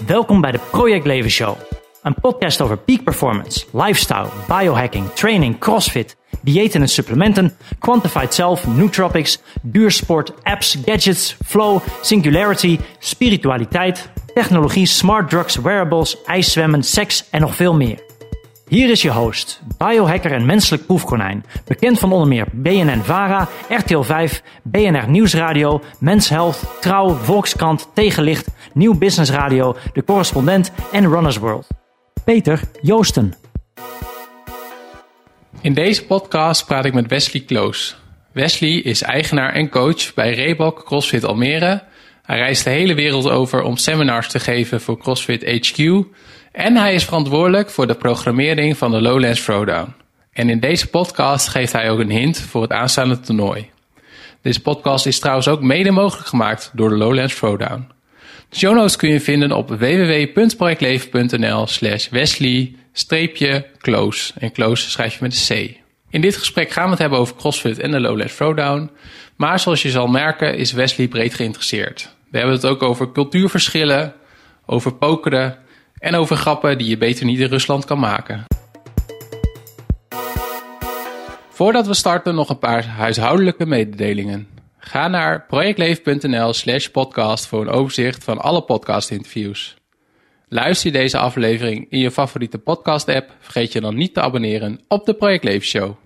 Welkom bij de Project Leven Show. Een podcast over peak performance, lifestyle, biohacking, training, crossfit, diëten en supplementen, quantified self, nootropics, duursport, apps, gadgets, flow, singularity, spiritualiteit, technologie, smart drugs, wearables, ijszwemmen, seks en nog veel meer. Hier is je host, biohacker en menselijk proefkonijn, bekend van onder meer BNN-Vara, RTL 5, BNR Nieuwsradio, Mens Health, Trouw, Volkskrant, Tegenlicht, Nieuw Business Radio, De Correspondent en Runners World. Peter Joosten. In deze podcast praat ik met Wesley Kloos. Wesley is eigenaar en coach bij Reebok CrossFit Almere. Hij reist de hele wereld over om seminars te geven voor CrossFit HQ. En hij is verantwoordelijk voor de programmering van de Lowlands Throwdown. En in deze podcast geeft hij ook een hint voor het aanstaande toernooi. Deze podcast is trouwens ook mede mogelijk gemaakt door de Lowlands Throwdown. De show notes kun je vinden op www.projectleven.nl/Wesley-Kloos. En Kloos schrijf je met een C. In dit gesprek gaan we het hebben over CrossFit en de Lowlands Throwdown. Maar zoals je zal merken is Wesley breed geïnteresseerd. We hebben het ook over cultuurverschillen, over pokeren en over grappen die je beter niet in Rusland kan maken. Voordat we starten nog een paar huishoudelijke mededelingen. Ga naar projectleven.nl/podcast voor een overzicht van alle podcastinterviews. Luister je deze aflevering in je favoriete podcast-app, vergeet je dan niet te abonneren op de Project Leven Show.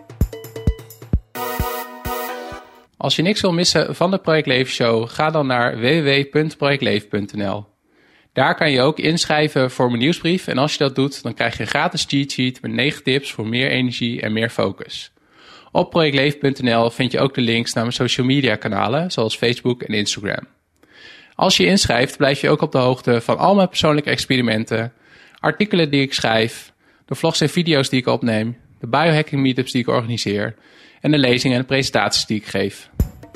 Als je niks wil missen van de Project Leven Show, ga dan naar www.projectleven.nl. Daar kan je ook inschrijven voor mijn nieuwsbrief en als je dat doet, dan krijg je een gratis cheat sheet met 9 tips voor meer energie en meer focus. Op projectleven.nl vind je ook de links naar mijn social media kanalen, zoals Facebook en Instagram. Als je inschrijft, blijf je ook op de hoogte van al mijn persoonlijke experimenten, artikelen die ik schrijf, de vlogs en video's die ik opneem, de biohacking meetups die ik organiseer en de lezingen en de presentaties die ik geef.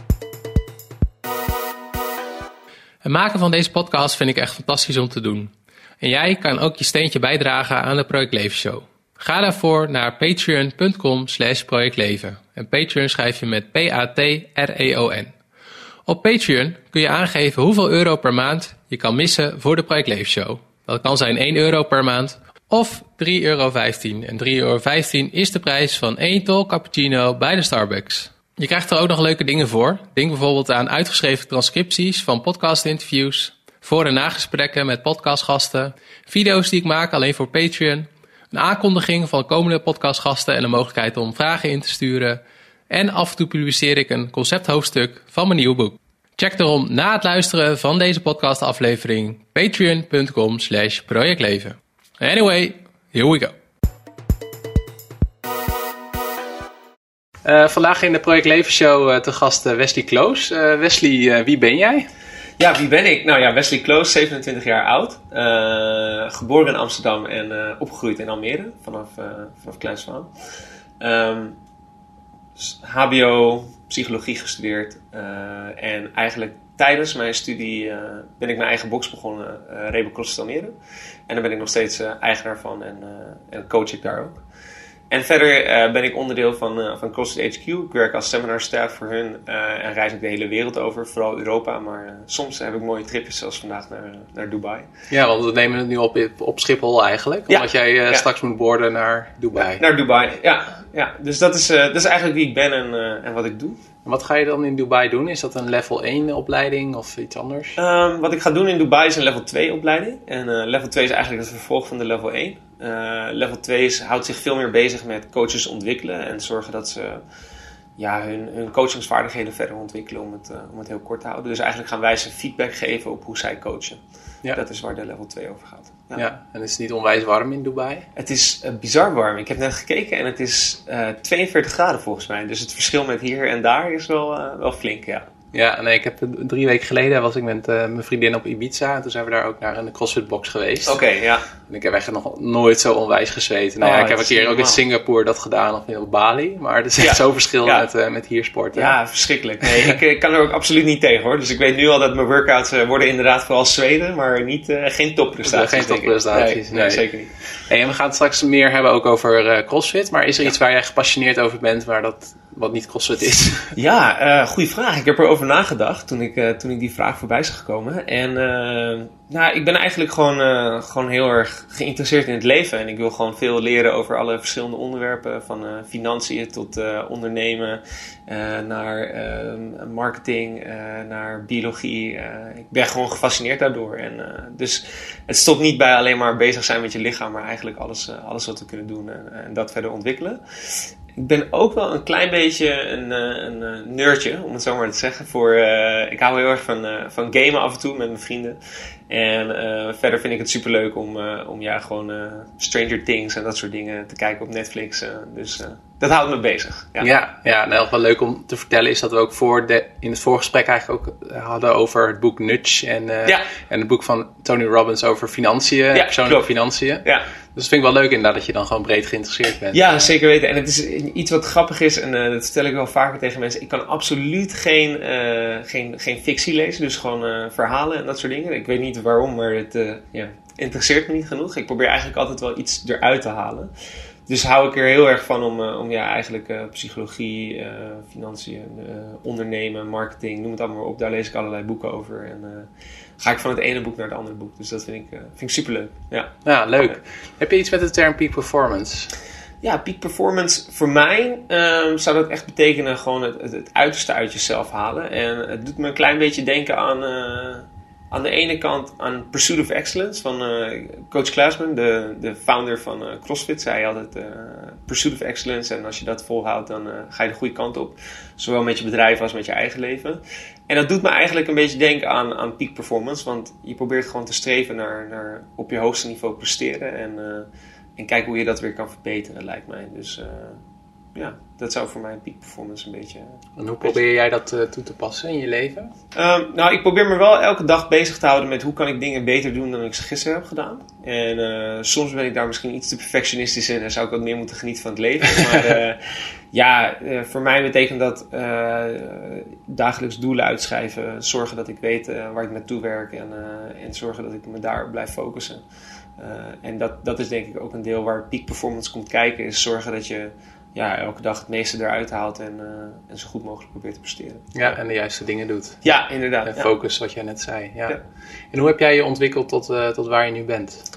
Het maken van deze podcast vind ik echt fantastisch om te doen. En jij kan ook je steentje bijdragen aan de Project Leven Show. Ga daarvoor naar patreon.com/projectleven. En Patreon schrijf je met Patreon. Op Patreon kun je aangeven hoeveel euro per maand je kan missen voor de Project Leven Show. Dat kan zijn €1 per maand of €3,15. En €3,15 is de prijs van 1 tol cappuccino bij de Starbucks. Je krijgt er ook nog leuke dingen voor. Denk bijvoorbeeld aan uitgeschreven transcripties van podcastinterviews, voor- en nagesprekken met podcastgasten, video's die ik maak alleen voor Patreon, een aankondiging van komende podcastgasten en de mogelijkheid om vragen in te sturen. En af en toe publiceer ik een concepthoofdstuk van mijn nieuwe boek. Check daarom na het luisteren van deze podcastaflevering patreon.com/projectleven. Anyway, here we go. Vandaag in de Project Leven Show te gast Wesley Kloos. Wesley, wie ben jij? Ja, wie ben ik? Nou ja, Wesley Kloos, 27 jaar oud. Geboren in Amsterdam en opgegroeid in Almere vanaf kleins af aan. HBO, psychologie gestudeerd. En eigenlijk tijdens mijn studie ben ik mijn eigen box begonnen, Reebok CrossFit Almere. En daar ben ik nog steeds eigenaar van en coach ik daar ook. En verder ben ik onderdeel van CrossFit HQ. Ik werk als seminarstaff voor hun en reis ik de hele wereld over, vooral Europa. Maar soms heb ik mooie tripjes, zoals vandaag naar Dubai. Ja, want we nemen het nu op Schiphol eigenlijk. Omdat jij straks moet boarden naar Dubai. Naar Dubai, ja. Dus dat is eigenlijk wie ik ben en wat ik doe. En wat ga je dan in Dubai doen? Is dat een level 1 opleiding of iets anders? Wat ik ga doen in Dubai is een level 2 opleiding. En level 2 is eigenlijk het vervolg van de level 1. Level 2 houdt zich veel meer bezig met coaches ontwikkelen en zorgen dat ze hun coachingsvaardigheden verder ontwikkelen om het heel kort te houden. Dus eigenlijk gaan wij ze feedback geven op hoe zij coachen. Ja. Dat is waar de level 2 over gaat. Ja, en is het niet onwijs warm in Dubai? Het is bizar warm. Ik heb net gekeken en het is 42 graden volgens mij. Dus het verschil met hier en daar is wel flink, ja. Ja, nee, ik heb 3 weken geleden was ik met mijn vriendin op Ibiza. En toen zijn we daar ook naar een CrossFit box geweest. Oké, ja. En ik heb echt nog nooit zo onwijs gezweten. Nou ja, ik heb een keer ook in Singapore dat gedaan of op Bali. Maar het is echt zo'n verschil met hier sporten. Ja, verschrikkelijk. Nee, ik kan er ook absoluut niet tegen hoor. Dus ik weet nu al dat mijn workouts worden inderdaad vooral Zweden. Maar geen topprestaties. Geen topprestaties. Nee, zeker niet. Hey, en we gaan het straks meer hebben ook over CrossFit. Maar is er iets waar jij gepassioneerd over bent, waar dat wat niet CrossFit is? Ja, goede vraag. Ik heb erover nagedacht toen ik die vraag voorbij zag komen. En ik ben eigenlijk gewoon heel erg geïnteresseerd in het leven. En ik wil gewoon veel leren over alle verschillende onderwerpen. Van financiën tot ondernemen, naar marketing, naar biologie. Ik ben gewoon gefascineerd daardoor. En dus het stopt niet bij alleen maar bezig zijn met je lichaam. Maar eigenlijk alles wat we kunnen doen en dat verder ontwikkelen. Ik ben ook wel een klein beetje een nerdje, om het zo maar te zeggen. Ik hou heel erg van gamen af en toe met mijn vrienden. En verder vind ik het superleuk om gewoon Stranger Things en dat soort dingen te kijken op Netflix. Dus dat houdt me bezig. Ja, nou, wel leuk om te vertellen is dat we ook in het voorgesprek eigenlijk ook hadden over het boek Nudge. En het boek van Tony Robbins over financiën, persoonlijke financiën. Ja. Dus dat vind ik wel leuk inderdaad dat je dan gewoon breed geïnteresseerd bent. Ja, zeker weten. En het is iets wat grappig is, en dat vertel ik wel vaker tegen mensen. Ik kan absoluut geen fictie lezen, dus gewoon verhalen en dat soort dingen. Ik weet niet waarom, maar het interesseert me niet genoeg. Ik probeer eigenlijk altijd wel iets eruit te halen. Dus hou ik er heel erg van om eigenlijk psychologie, financiën, ondernemen, marketing, noem het allemaal maar op. Daar lees ik allerlei boeken over en ga ik van het ene boek naar het andere boek. Dus dat vind ik superleuk. Ja, leuk. Okay. Heb je iets met de term peak performance? Ja, peak performance voor mij zou dat echt betekenen gewoon het uiterste uit jezelf halen. En het doet me een klein beetje denken aan de ene kant aan Pursuit of Excellence van Coach Glassman, de founder van CrossFit. Zei altijd Pursuit of Excellence en als je dat volhoudt dan ga je de goede kant op. Zowel met je bedrijf als met je eigen leven. En dat doet me eigenlijk een beetje denken aan peak performance. Want je probeert gewoon te streven naar op je hoogste niveau presteren. En kijken hoe je dat weer kan verbeteren, lijkt mij. Dus dat zou voor mij een peak performance een beetje... En hoe probeer jij dat toe te passen in je leven? Ik probeer me wel elke dag bezig te houden met hoe kan ik dingen beter doen dan ik ze gisteren heb gedaan. En soms ben ik daar misschien iets te perfectionistisch in en zou ik wat meer moeten genieten van het leven. Maar voor mij betekent dat dagelijks doelen uitschrijven. Zorgen dat ik weet waar ik naartoe werk en zorgen dat ik me daarop blijf focussen. En dat is denk ik ook een deel waar peak performance komt kijken. Is zorgen dat je elke dag het meeste eruit haalt en zo goed mogelijk probeert te presteren. Ja, en de juiste dingen doet. Ja, inderdaad. En focus, wat jij net zei. Ja. En hoe heb jij je ontwikkeld tot waar je nu bent?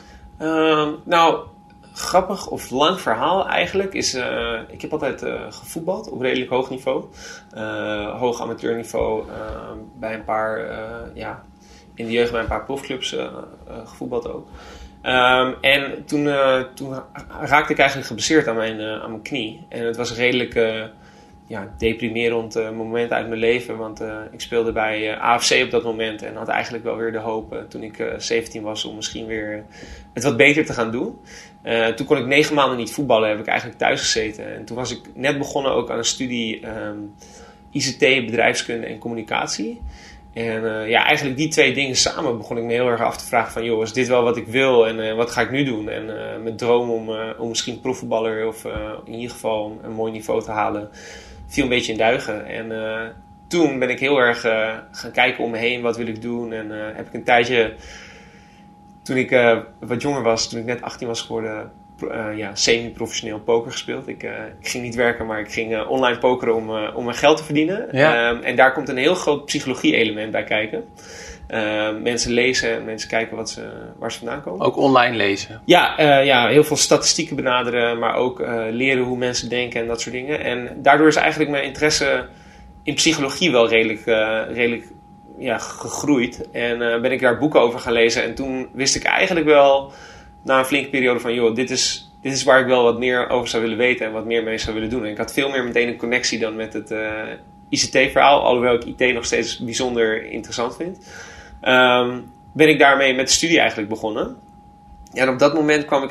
Grappig of lang verhaal eigenlijk is... ik heb altijd gevoetbald op redelijk hoog niveau. Hoog amateurniveau. Bij een paar... in de jeugd bij een paar profclubs gevoetbald ook. En toen raakte ik eigenlijk geblesseerd aan mijn knie. En het was redelijk deprimerend moment uit mijn leven. Want ik speelde bij AFC op dat moment. En had eigenlijk wel weer de hoop toen ik 17 was om misschien weer het wat beter te gaan doen. Toen kon ik 9 maanden niet voetballen. Heb ik eigenlijk thuis gezeten. En toen was ik net begonnen ook aan een studie ICT, bedrijfskunde en communicatie. En eigenlijk die twee dingen samen begon ik me heel erg af te vragen van... joh, is dit wel wat ik wil en wat ga ik nu doen? En mijn droom om misschien profvoetballer of in ieder geval een mooi niveau te halen... viel een beetje in duigen. En toen ben ik heel erg gaan kijken om me heen, wat wil ik doen? En heb ik een tijdje, toen ik wat jonger was, toen ik net 18 was geworden... semi-professioneel poker gespeeld. Ik ging niet werken, maar ik ging online pokeren om mijn geld te verdienen. Ja. En daar komt een heel groot psychologie-element bij kijken. Mensen lezen, mensen kijken waar ze vandaan komen. Ook online lezen? Ja, heel veel statistieken benaderen, maar ook leren hoe mensen denken en dat soort dingen. En daardoor is eigenlijk mijn interesse in psychologie wel redelijk gegroeid. En ben ik daar boeken over gaan lezen. En toen wist ik eigenlijk wel... na een flinke periode van, joh, dit is waar ik wel wat meer over zou willen weten en wat meer mee zou willen doen. En ik had veel meer meteen een connectie dan met het ICT-verhaal, alhoewel ik IT nog steeds bijzonder interessant vind. Ben ik daarmee met de studie eigenlijk begonnen. En op dat moment kwam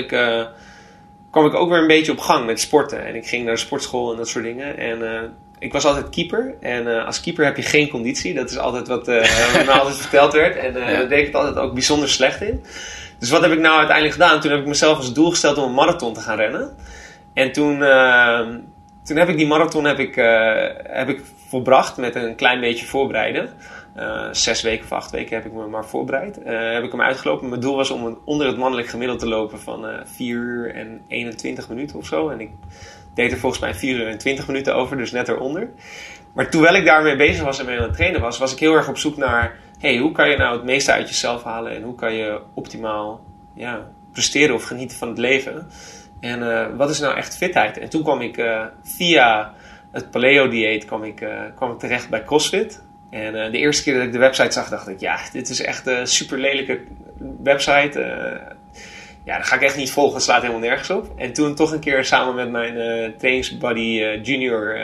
ik ook weer een beetje op gang met sporten. En ik ging naar de sportschool en dat soort dingen. En ik was altijd keeper. En als keeper heb je geen conditie. Dat is altijd wat me altijd verteld werd. En daar deed ik het altijd ook bijzonder slecht in. Dus wat heb ik nou uiteindelijk gedaan? Toen heb ik mezelf als doel gesteld om een marathon te gaan rennen. En toen heb ik die marathon heb ik volbracht met een klein beetje voorbereiden. 6 weken of 8 weken heb ik me maar voorbereid. Heb ik hem uitgelopen. Mijn doel was om onder het mannelijk gemiddelde te lopen van 4 uur en 21 minuten of zo. En ik deed er volgens mij 4 uur en 20 minuten over, dus net eronder. Maar terwijl ik daarmee bezig was en mee aan het trainen was ik heel erg op zoek naar, hoe kan je nou het meeste uit jezelf halen en hoe kan je optimaal presteren of genieten van het leven. En wat is nou echt fitheid? En toen kwam ik via het paleo-dieet kwam ik terecht bij CrossFit. En de eerste keer dat ik de website zag, dacht ik, dit is echt een super lelijke website. Dat ga ik echt niet volgen, het slaat helemaal nergens op. En toen toch een keer samen met mijn trainingsbuddy Junior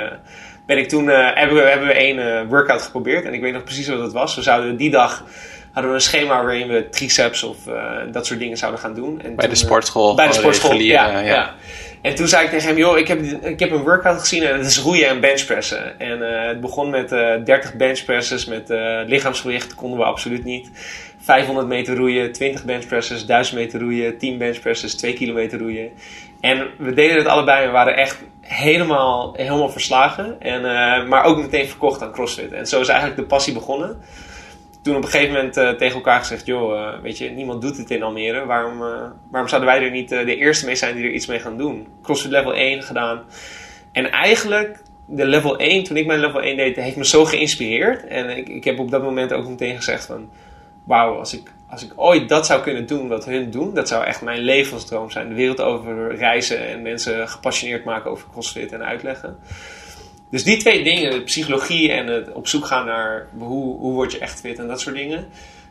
hebben we 1 workout geprobeerd. En ik weet nog precies wat het was. We zouden die dag hadden we een schema waarin we triceps of dat soort dingen zouden gaan doen. En bij de sportschool. Bij de sportschool, ja. En toen zei ik tegen hem, joh, ik heb een workout gezien en dat is roeien en benchpressen. En het begon met 30 benchpresses met lichaamsgewicht, konden we absoluut niet. 500 meter roeien, 20 benchpresses, 1000 meter roeien, 10 benchpresses, 2 kilometer roeien. En we deden het allebei en we waren echt helemaal verslagen. Maar ook meteen verkocht aan CrossFit. En zo is eigenlijk de passie begonnen. Toen op een gegeven moment tegen elkaar gezegd, joh, weet je, niemand doet het in Almere. Waarom zouden wij er niet de eerste mee zijn die er iets mee gaan doen? CrossFit level 1 gedaan. En eigenlijk, de level 1, toen ik mijn level 1 deed, heeft me zo geïnspireerd. En ik heb op dat moment ook meteen gezegd van, wauw, als ik ooit dat zou kunnen doen wat hun doen, dat zou echt mijn levensdroom zijn. De wereld over reizen en mensen gepassioneerd maken over CrossFit en uitleggen. Dus die 2 dingen, de psychologie en het op zoek gaan naar hoe word je echt fit en dat soort dingen.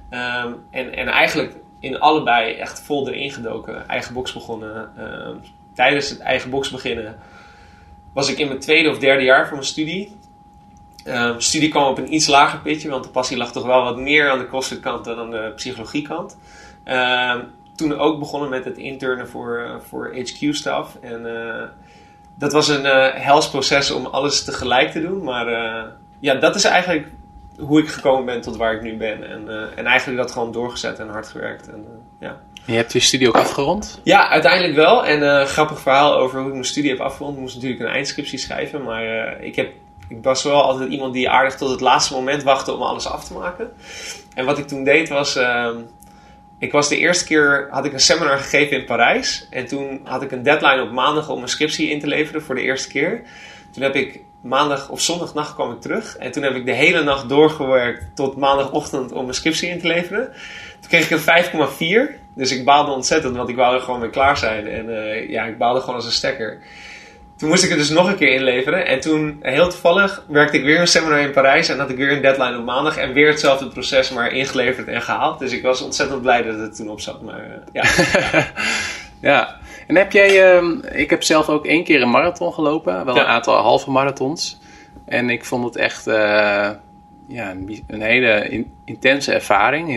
En eigenlijk in allebei echt vol erin gedoken. Eigen box begonnen. Tijdens het eigen box beginnen was ik in mijn 2e of 3e jaar van mijn studie. Studie kwam op een iets lager pitje, want de passie lag toch wel wat meer aan de CrossFit kant dan aan de psychologie kant. Toen ook begonnen met het internen voor HQ-staf. En dat was een hels proces om alles tegelijk te doen. Maar dat is eigenlijk hoe ik gekomen ben tot waar ik nu ben. En eigenlijk dat gewoon doorgezet en hard gewerkt. Je hebt je studie ook afgerond? Ja, uiteindelijk wel. En grappig verhaal over hoe ik mijn studie heb afgerond. Ik moest natuurlijk een eindscriptie schrijven. Maar ik was wel altijd iemand die aardig tot het laatste moment wachtte om alles af te maken. En wat ik toen deed was, ik was de eerste keer, had ik een seminar gegeven in Parijs. En toen had ik een deadline op maandag om mijn scriptie in te leveren voor de eerste keer. Toen heb ik maandag of zondagnacht kwam ik terug. En toen heb ik de hele nacht doorgewerkt tot maandagochtend om mijn scriptie in te leveren. Toen kreeg ik een 5,4. Dus ik baalde ontzettend, want ik wou er gewoon mee klaar zijn. En ik baalde gewoon als een stekker. Toen moest ik het dus nog een keer inleveren. En toen, heel toevallig, werkte ik weer een seminar in Parijs. En had ik weer een deadline op maandag. En weer hetzelfde proces, maar ingeleverd en gehaald. Dus ik was ontzettend blij dat het toen op zat. Maar Ja. En heb jij... ik heb zelf ook 1 keer een marathon gelopen. Wel een aantal halve marathons. En ik vond het echt een hele intense ervaring.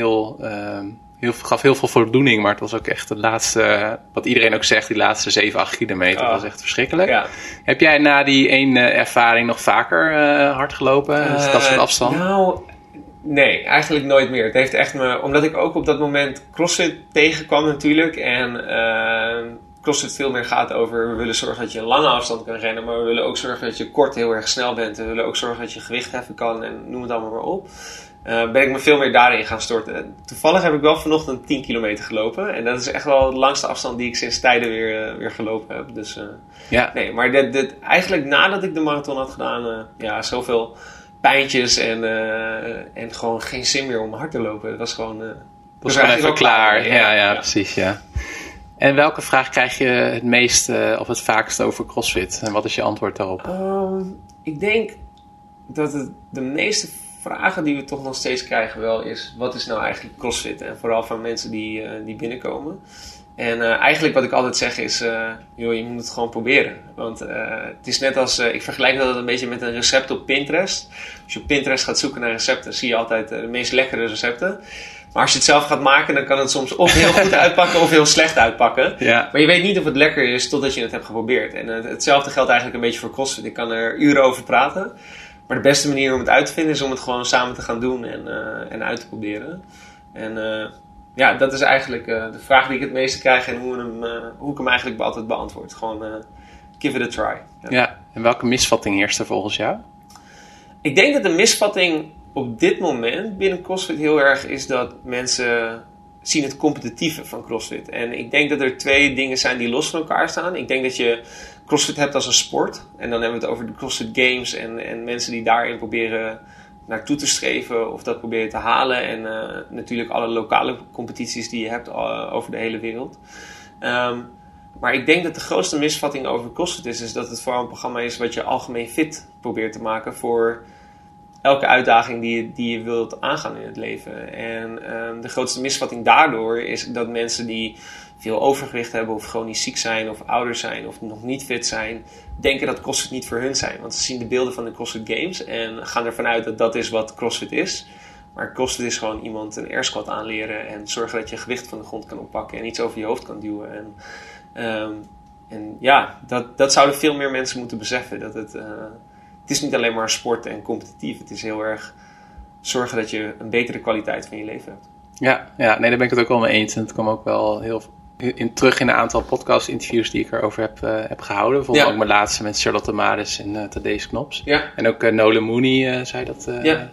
Gaf heel veel voldoening, maar het was ook echt het laatste, wat iedereen ook zegt, die laatste 7-8 kilometer was echt verschrikkelijk. Ja. Heb jij na die 1 ervaring nog vaker hard gelopen? Dat soort afstand? Nou, nee, eigenlijk nooit meer. Het heeft echt omdat ik ook op dat moment CrossFit tegenkwam natuurlijk. En CrossFit veel meer gaat over, we willen zorgen dat je een lange afstand kan rennen, maar we willen ook zorgen dat je kort heel erg snel bent. We willen ook zorgen dat je gewicht heffen kan en noem het allemaal maar op. Ben ik me veel meer daarin gaan storten. Toevallig heb ik wel vanochtend 10 kilometer gelopen. En dat is echt wel de langste afstand die ik sinds tijden weer gelopen heb. Dus nee, maar eigenlijk nadat ik de marathon had gedaan, zoveel pijntjes en gewoon geen zin meer om hard te lopen. Het was gewoon... dat was gewoon even klaar. Ja, precies, ja. En welke vraag krijg je het meest of het vaakst over CrossFit? En wat is je antwoord daarop? Ik denk dat de meeste vragen die we toch nog steeds krijgen wel is, wat is nou eigenlijk CrossFit? En vooral van mensen die binnenkomen. En eigenlijk wat ik altijd zeg is, je moet het gewoon proberen. Want het is net als, ik vergelijk dat een beetje met een recept op Pinterest. Als je op Pinterest gaat zoeken naar recepten, zie je altijd de meest lekkere recepten. Maar als je het zelf gaat maken, dan kan het soms of heel goed uitpakken of heel slecht uitpakken. Ja. Maar je weet niet of het lekker is totdat je het hebt geprobeerd. En hetzelfde geldt eigenlijk een beetje voor CrossFit. Ik kan er uren over praten. Maar de beste manier om het uit te vinden is om het gewoon samen te gaan doen en uit te proberen. En dat is eigenlijk de vraag die ik het meeste krijg en hoe ik hem eigenlijk altijd beantwoord. Gewoon give it a try. Ja, en welke misvatting heerst er volgens jou? Ik denk dat de misvatting op dit moment binnen CrossFit heel erg is dat mensen zien het competitieve van CrossFit. En ik denk dat er 2 dingen zijn die los van elkaar staan. Ik denk dat je CrossFit hebt als een sport. En dan hebben we het over de CrossFit Games en mensen die daarin proberen naartoe te streven of dat proberen te halen. En natuurlijk alle lokale competities die je hebt over de hele wereld. Maar ik denk dat de grootste misvatting over CrossFit is dat het vooral een programma is wat je algemeen fit probeert te maken voor elke uitdaging die je wilt aangaan in het leven. En de grootste misvatting daardoor is dat mensen die veel overgewicht hebben of chronisch ziek zijn of ouder zijn of nog niet fit zijn, denken dat CrossFit niet voor hun zijn. Want ze zien de beelden van de CrossFit Games en gaan ervan uit dat dat is wat CrossFit is. Maar CrossFit is gewoon iemand een air squat aanleren en zorgen dat je gewicht van de grond kan oppakken en iets over je hoofd kan duwen. En ja, dat zouden veel meer mensen moeten beseffen. Dat het is niet alleen maar sport en competitief. Het is heel erg zorgen dat je een betere kwaliteit van je leven hebt. Ja, nee, daar ben ik het ook wel mee eens. En het kwam ook wel heel terug in een aantal podcast-interviews die ik erover heb gehouden. Bijvoorbeeld ook mijn laatste met Charlotte Maris en Thaddeus Knops. Ja. En ook Nolan Mooney zei dat.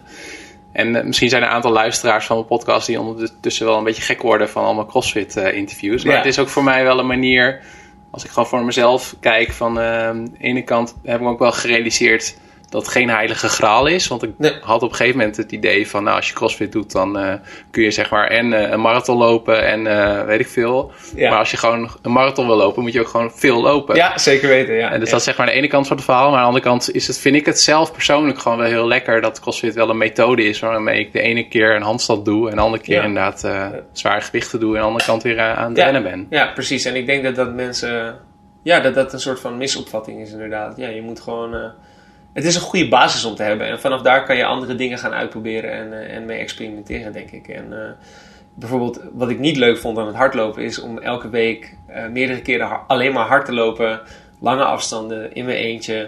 En misschien zijn er een aantal luisteraars van mijn podcast die ondertussen wel een beetje gek worden van allemaal CrossFit-interviews. Maar het is ook voor mij wel een manier, als ik gewoon voor mezelf kijk, van de ene kant heb ik ook wel gerealiseerd dat het geen heilige graal is. Want ik had op een gegeven moment het idee van, nou, als je CrossFit doet, dan kun je zeg maar een marathon lopen en weet ik veel. Ja. Maar als je gewoon een marathon wil lopen, moet je ook gewoon veel lopen. Ja, zeker weten. Ja. En dus dat is zeg maar de ene kant van het verhaal. Maar aan de andere kant vind ik het zelf persoonlijk gewoon wel heel lekker dat CrossFit wel een methode is waarmee ik de ene keer een handstand doe en de andere keer inderdaad zware gewichten doe en aan de andere kant weer aan het rennen ben. Ja, precies. En ik denk dat mensen, dat een soort van misopvatting is inderdaad. Ja, je moet gewoon het is een goede basis om te hebben. En vanaf daar kan je andere dingen gaan uitproberen en mee experimenteren, denk ik. En bijvoorbeeld, wat ik niet leuk vond aan het hardlopen is om elke week meerdere keren alleen maar hard te lopen. Lange afstanden, in mijn eentje.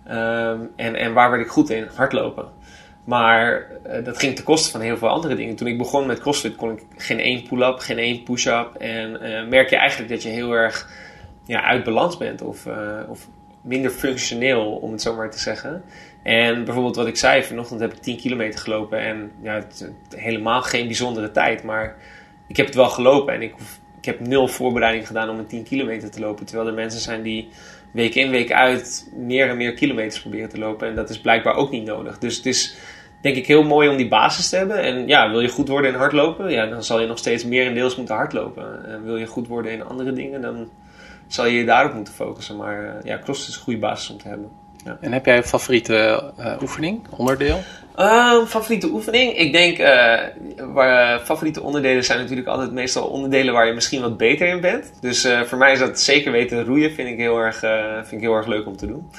En waar werd ik goed in? Hardlopen. Maar dat ging ten koste van heel veel andere dingen. Toen ik begon met CrossFit kon ik geen 1 pull-up, geen 1 push-up. En merk je eigenlijk dat je heel erg uit balans bent of minder functioneel, om het zo maar te zeggen. En bijvoorbeeld wat ik zei, vanochtend heb ik 10 kilometer gelopen. En het helemaal geen bijzondere tijd. Maar ik heb het wel gelopen. En ik heb 0 voorbereiding gedaan om een 10 kilometer te lopen. Terwijl er mensen zijn die week in, week uit meer en meer kilometers proberen te lopen. En dat is blijkbaar ook niet nodig. Dus het is denk ik heel mooi om die basis te hebben. En wil je goed worden in hardlopen? Dan zal je nog steeds merendeels moeten hardlopen. En wil je goed worden in andere dingen, dan zal je daarop moeten focussen. Maar CrossFit is een goede basis om te hebben. Ja. En heb jij een favoriete oefening, onderdeel? Favoriete oefening? Ik denk, favoriete onderdelen zijn natuurlijk altijd meestal onderdelen waar je misschien wat beter in bent. Dus voor mij is dat zeker weten roeien. Vind ik heel erg leuk om te doen.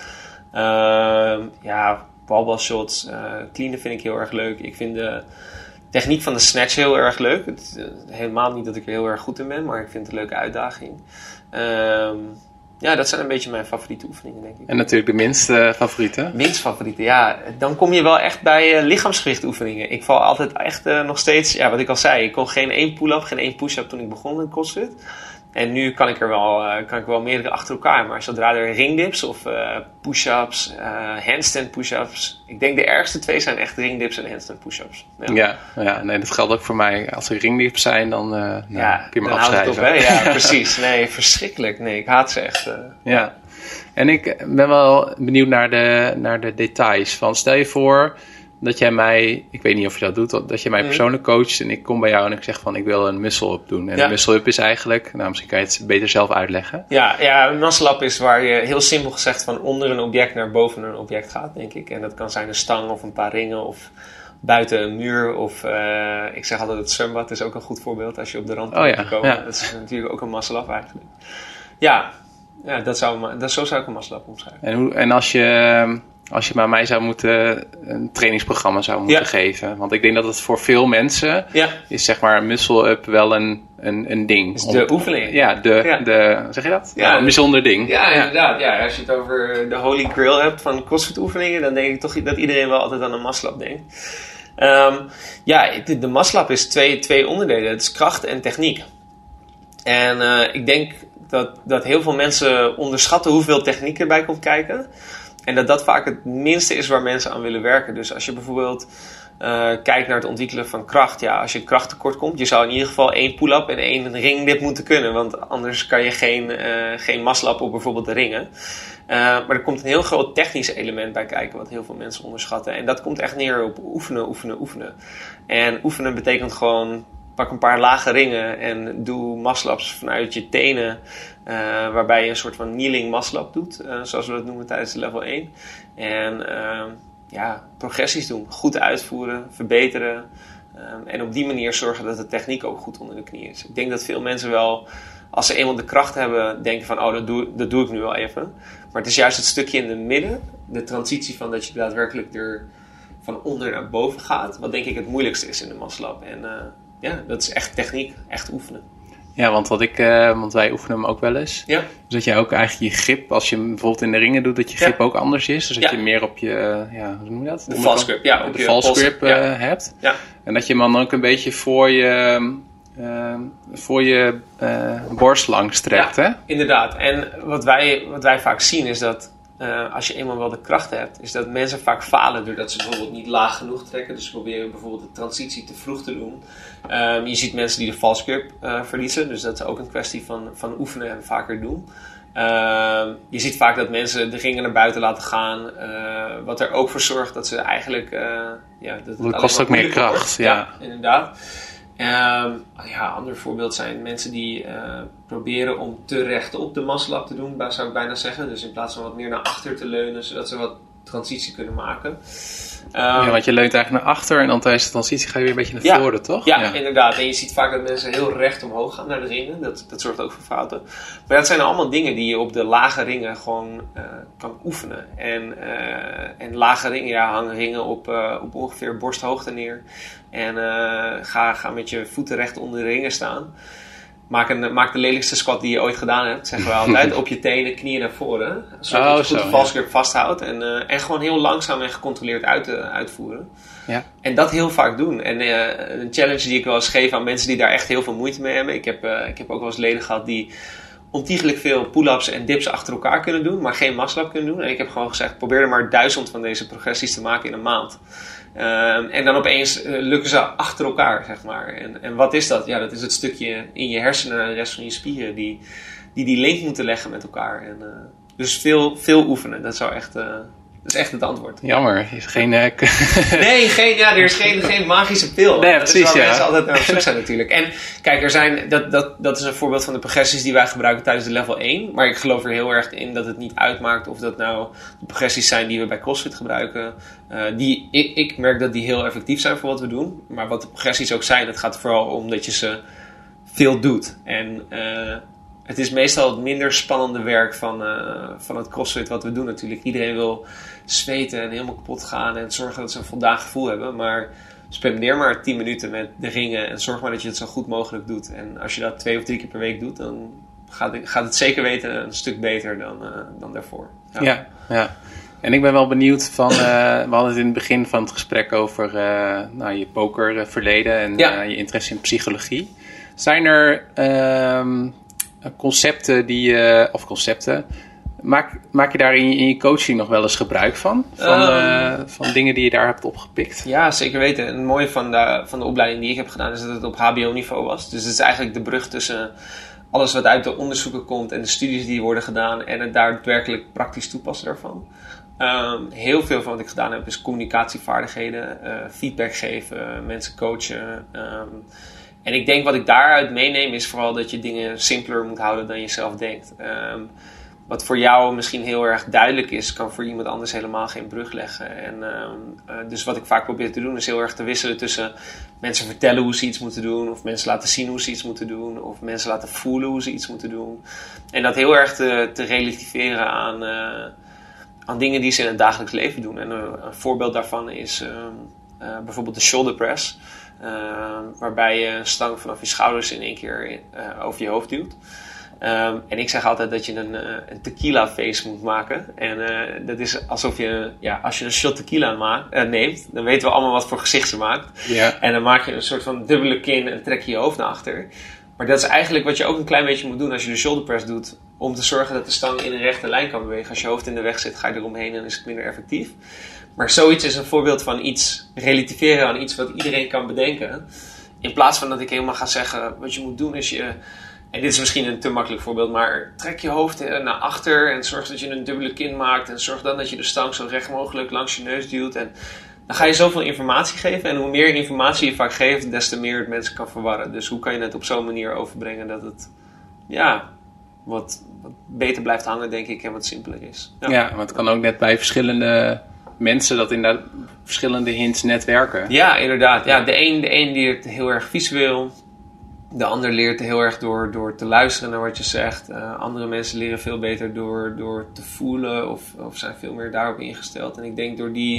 Ballball-shots, cleanen vind ik heel erg leuk. Ik vind de techniek van de snatch heel erg leuk. Helemaal niet dat ik er heel erg goed in ben, maar ik vind het een leuke uitdaging. Dat zijn een beetje mijn favoriete oefeningen, denk ik. En natuurlijk de minste favoriete? Minst favoriete, dan kom je wel echt bij lichaamsgewicht oefeningen. Ik val altijd echt nog steeds, wat ik al zei, ik kon geen 1 pull-up, geen 1 push-up toen ik begon met CrossFit. En nu kan ik wel meerdere achter elkaar. Maar zodra er ringdips of push-ups, handstand push-ups. Ik denk de ergste 2 zijn echt ringdips en handstand push-ups. Nee, dat geldt ook voor mij. Als er ringdips zijn, dan kun je me dan afschrijven. Houdt het op, hè? Ja, precies. Nee, verschrikkelijk. Nee, ik haat ze echt. En ik ben wel benieuwd naar de details. Van stel je voor dat jij mij, ik weet niet of je dat doet, dat je mij persoonlijk coacht en ik kom bij jou en ik zeg van ik wil een muscle-up doen. En een muscle-up is eigenlijk, misschien kan je het beter zelf uitleggen. Ja, een muscle-up is waar je heel simpel gezegd van onder een object naar boven een object gaat, denk ik. En dat kan zijn een stang of een paar ringen of buiten een muur of ik zeg altijd het zwembad is ook een goed voorbeeld als je op de rand komt komen. Ja. Dat is natuurlijk ook een muscle-up eigenlijk. Zo zou ik een muscle-up omschrijven. En als je maar mij zou moeten een trainingsprogramma zou moeten geven. Want ik denk dat het voor veel mensen is zeg maar muscle-up wel een ding. Dus de oefening. Zeg je dat? Een bijzonder ding. Ja, inderdaad. Ja, als je het over de holy grail hebt van CrossFit oefeningen, dan denk ik toch dat iedereen wel altijd aan een muscle-up denkt. De muscle-up is twee onderdelen. Het is kracht en techniek. En ik denk dat heel veel mensen onderschatten hoeveel techniek erbij komt kijken. En dat vaak het minste is waar mensen aan willen werken. Dus als je bijvoorbeeld kijkt naar het ontwikkelen van kracht. Ja, als je krachttekort komt, je zou in ieder geval 1 pull-up en 1 ringdip moeten kunnen. Want anders kan je geen muscle-up op bijvoorbeeld de ringen. Maar er komt een heel groot technisch element bij kijken, wat heel veel mensen onderschatten. En dat komt echt neer op oefenen. En oefenen betekent gewoon, pak een paar lage ringen en doe muscle-ups vanuit je tenen. Waarbij je een soort van kneeling muscle-up doet, zoals we dat noemen tijdens de level 1. En progressies doen, goed uitvoeren, verbeteren. En op die manier zorgen dat de techniek ook goed onder de knie is. Ik denk dat veel mensen wel, als ze eenmaal de kracht hebben, denken van, dat doe ik nu wel even. Maar het is juist het stukje in het midden, de transitie van dat je daadwerkelijk er van onder naar boven gaat, wat denk ik het moeilijkste is in de muscle-up. En dat is echt techniek, echt oefenen. Ja, want wij oefenen hem ook wel eens. Ja. Dus dat je ook eigenlijk je grip, als je hem bijvoorbeeld in de ringen doet, dat je grip ook anders is. Dus dat je meer op je, hoe noem je dat? De false grip, op de false grip hebt. Ja. En dat je hem dan ook een beetje voor je borst langs trekt, hè? Inderdaad. En wat wij vaak zien is dat als je eenmaal wel de kracht hebt, is dat mensen vaak falen doordat ze bijvoorbeeld niet laag genoeg trekken. Dus ze proberen bijvoorbeeld de transitie te vroeg te doen. Je ziet mensen die de false grip verliezen. Dus dat is ook een kwestie van oefenen en vaker doen. Je ziet vaak dat mensen de ringen naar buiten laten gaan. Wat er ook voor zorgt dat ze eigenlijk... dat kost ook meer kracht. Ja, inderdaad. Ander voorbeeld zijn mensen die proberen om te recht op de muscle-up te doen, zou ik bijna zeggen. Dus in plaats van wat meer naar achter te leunen, zodat ze wat transitie kunnen maken. Want je leunt eigenlijk naar achter en dan tijdens de transitie ga je weer een beetje naar voren, toch? Ja, inderdaad. En je ziet vaak dat mensen heel recht omhoog gaan naar de ringen. Dat zorgt ook voor fouten. Maar dat zijn allemaal dingen die je op de lage ringen gewoon kan oefenen. En lage ringen, hang ringen op ongeveer borsthoogte neer. En ga met je voeten recht onder de ringen staan. Maak de lelijkste squat die je ooit gedaan hebt, zeggen we altijd. Op je tenen, knieën naar voren. Zodat je goed de false grip vasthoudt. En gewoon heel langzaam en gecontroleerd uitvoeren. Ja. En dat heel vaak doen. En een challenge die ik wel eens geef aan mensen die daar echt heel veel moeite mee hebben. Ik heb ook wel eens leden gehad die ontiegelijk veel pull-ups en dips achter elkaar kunnen doen, maar geen muscle-up kunnen doen. En ik heb gewoon gezegd, probeer er maar 1000 van deze progressies te maken in een maand. En dan opeens lukken ze achter elkaar, zeg maar. En wat is dat? Ja, dat is het stukje in je hersenen en de rest van je spieren die link moeten leggen met elkaar. Dus veel oefenen, dat is echt het antwoord. Jammer, er is geen... Nee, er is geen magische pil. Nee, precies, dat is waar mensen altijd naar op zoek zijn natuurlijk. En kijk, dat is een voorbeeld van de progressies die wij gebruiken tijdens de level 1. Maar ik geloof er heel erg in dat het niet uitmaakt of dat nou de progressies zijn die we bij CrossFit gebruiken. Ik merk dat die heel effectief zijn voor wat we doen. Maar wat de progressies ook zijn, het gaat vooral om dat je ze veel doet. En het is meestal het minder spannende werk van het CrossFit wat we doen natuurlijk. Iedereen wil zweten en helemaal kapot gaan en zorgen dat ze een voldaan gevoel hebben. Maar spendeer maar 10 minuten met de ringen en zorg maar dat je het zo goed mogelijk doet. En als je dat 2 of 3 keer per week doet, dan gaat het zeker weten een stuk beter dan daarvoor. Ja. En ik ben wel benieuwd we hadden het in het begin van het gesprek over je pokerverleden en je interesse in psychologie. Zijn er concepten, maak je daar in je coaching nog wel eens gebruik van dingen die je daar hebt opgepikt? Ja, zeker weten. En het mooie van de opleiding die ik heb gedaan is dat het op HBO-niveau was. Dus het is eigenlijk de brug tussen alles wat uit de onderzoeken komt en de studies die worden gedaan en het daadwerkelijk praktisch toepassen daarvan. Heel veel van wat ik gedaan heb is communicatievaardigheden, feedback geven, mensen coachen. En ik denk wat ik daaruit meeneem is vooral dat je dingen simpeler moet houden dan je zelf denkt. Wat voor jou misschien heel erg duidelijk is, kan voor iemand anders helemaal geen brug leggen. Dus wat ik vaak probeer te doen is heel erg te wisselen tussen mensen vertellen hoe ze iets moeten doen, of mensen laten zien hoe ze iets moeten doen, of mensen laten voelen hoe ze iets moeten doen. En dat heel erg te relativeren aan dingen die ze in het dagelijks leven doen. En een voorbeeld daarvan is bijvoorbeeld de shoulder press. Waarbij je een stang vanaf je schouders in één keer over je hoofd duwt. En ik zeg altijd dat je een tequila face moet maken. En dat is alsof je, als je een shot tequila neemt, dan weten we allemaal wat voor gezicht ze maakt. Ja. En dan maak je een soort van dubbele kin en trek je je hoofd naar achter. Maar dat is eigenlijk wat je ook een klein beetje moet doen als je de shoulder press doet. Om te zorgen dat de stang in een rechte lijn kan bewegen. Als je hoofd in de weg zit, ga je eromheen en is het minder effectief. Maar zoiets is een voorbeeld van iets relativeren aan iets wat iedereen kan bedenken. In plaats van dat ik helemaal ga zeggen, wat je moet doen is en dit is misschien een te makkelijk voorbeeld, maar trek je hoofd naar achter en zorg dat je een dubbele kin maakt. En zorg dan dat je de stang zo recht mogelijk langs je neus duwt. En dan ga je zoveel informatie geven. En hoe meer informatie je vaak geeft, des te meer het mensen kan verwarren. Dus hoe kan je het op zo'n manier overbrengen dat het wat beter blijft hangen, denk ik, en wat simpeler is. Ja, maar het kan ook net bij verschillende mensen dat inderdaad verschillende hints net werken. Ja, inderdaad. Ja, de een leert heel erg visueel. De ander leert heel erg door te luisteren naar wat je zegt. Andere mensen leren veel beter door te voelen of zijn veel meer daarop ingesteld. En ik denk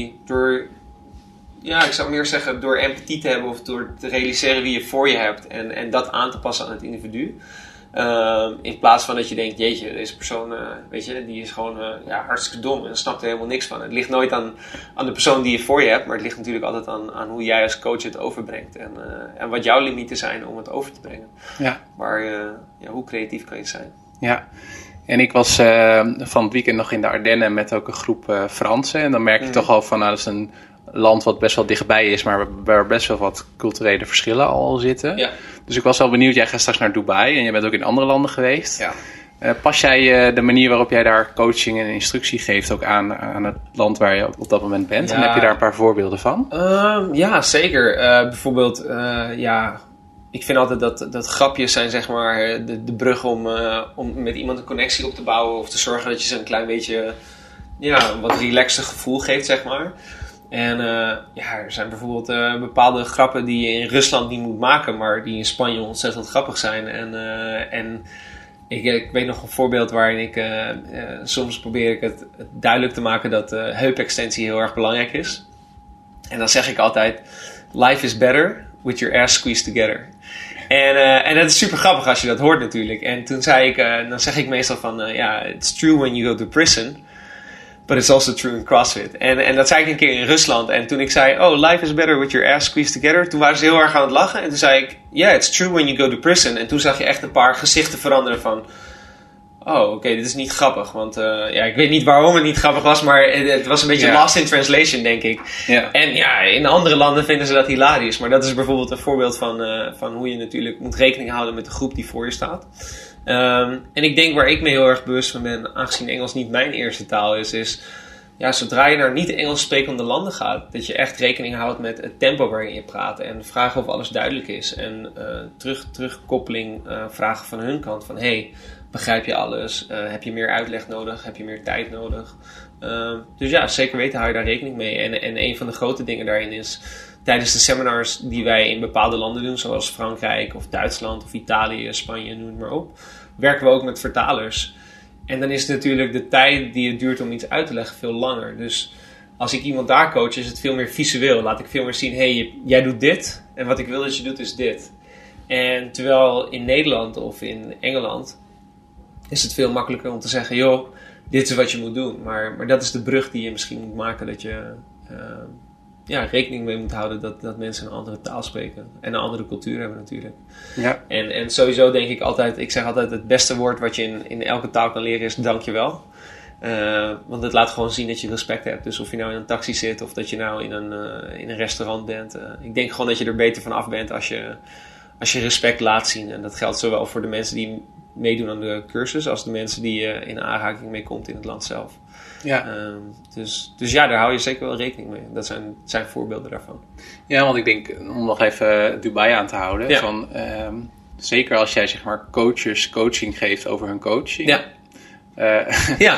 ik zou meer zeggen door empathie te hebben of door te realiseren wie je voor je hebt en dat aan te passen aan het individu. In plaats van dat je denkt, jeetje, deze persoon, die is gewoon hartstikke dom en snapt er helemaal niks van. Het ligt nooit aan de persoon die je voor je hebt, maar het ligt natuurlijk altijd aan hoe jij als coach het overbrengt. En wat jouw limieten zijn om het over te brengen. Ja. Maar hoe creatief kan je zijn? Ja. En ik was van het weekend nog in de Ardennen met ook een groep Fransen. En dan merk je toch al van, dat is een land wat best wel dichtbij is, maar waar best wel wat culturele verschillen al zitten. Ja. Dus ik was wel benieuwd, jij gaat straks naar Dubai en je bent ook in andere landen geweest. Ja. Pas jij de manier waarop jij daar coaching en instructie geeft ook aan het land waar je op dat moment bent? Ja. En heb je daar een paar voorbeelden van? Ja, zeker. Bijvoorbeeld, ik vind altijd dat grapjes zijn zeg maar de brug om met iemand een connectie op te bouwen of te zorgen dat je ze een klein beetje wat relaxed gevoel geeft, zeg maar. En er zijn bijvoorbeeld bepaalde grappen die je in Rusland niet moet maken, maar die in Spanje ontzettend grappig zijn. En ik weet nog een voorbeeld waarin ik soms probeer ik het duidelijk te maken dat heupextensie heel erg belangrijk is. En dan zeg ik altijd, life is better with your ass squeezed together. En dat is super grappig als je dat hoort natuurlijk. En toen dan zeg ik meestal van, it's true when you go to prison. But it's also true in CrossFit. En dat zei ik een keer in Rusland. En toen ik zei, life is better with your ass squeezed together. Toen waren ze heel erg aan het lachen. En toen zei ik, it's true when you go to prison. En toen zag je echt een paar gezichten veranderen van, oké, dit is niet grappig. Want ik weet niet waarom het niet grappig was. Maar het was een beetje lost in translation, denk ik. Yeah. En in andere landen vinden ze dat hilarisch. Maar dat is bijvoorbeeld een voorbeeld van hoe je natuurlijk moet rekening houden met de groep die voor je staat. En ik denk waar ik me heel erg bewust van ben, aangezien Engels niet mijn eerste taal is zodra je naar niet-Engels sprekende landen gaat, dat je echt rekening houdt met het tempo waarin je praat en vragen of alles duidelijk is en terugkoppeling vragen van hun kant van begrijp je alles? Heb je meer uitleg nodig? Heb je meer tijd nodig? Dus zeker weten hou je daar rekening mee. En een van de grote dingen daarin is, tijdens de seminars die wij in bepaalde landen doen, zoals Frankrijk of Duitsland of Italië, Spanje, noem het maar op, werken we ook met vertalers. En dan is natuurlijk de tijd die het duurt om iets uit te leggen veel langer. Dus als ik iemand daar coach, is het veel meer visueel. Laat ik veel meer zien, jij doet dit en wat ik wil dat je doet is dit. En terwijl in Nederland of in Engeland is het veel makkelijker om te zeggen, dit is wat je moet doen. Maar dat is de brug die je misschien moet maken, dat je rekening mee moet houden dat mensen een andere taal spreken. En een andere cultuur hebben natuurlijk. Ja. En sowieso denk ik altijd, ik zeg altijd het beste woord wat je in elke taal kan leren is dankjewel. Want het laat gewoon zien dat je respect hebt. Dus of je nou in een taxi zit of dat je nou in een restaurant bent. Ik denk gewoon dat je er beter van af bent als je respect laat zien. En dat geldt zowel voor de mensen die meedoen aan de cursus als de mensen die je in aanraking mee komt in het land zelf. Ja. Dus daar hou je zeker wel rekening mee. Dat zijn voorbeelden daarvan. Ja, want ik denk, om nog even Dubai aan te houden. Van, zeker als jij zeg maar coaches coaching geeft over hun coaching. Ja.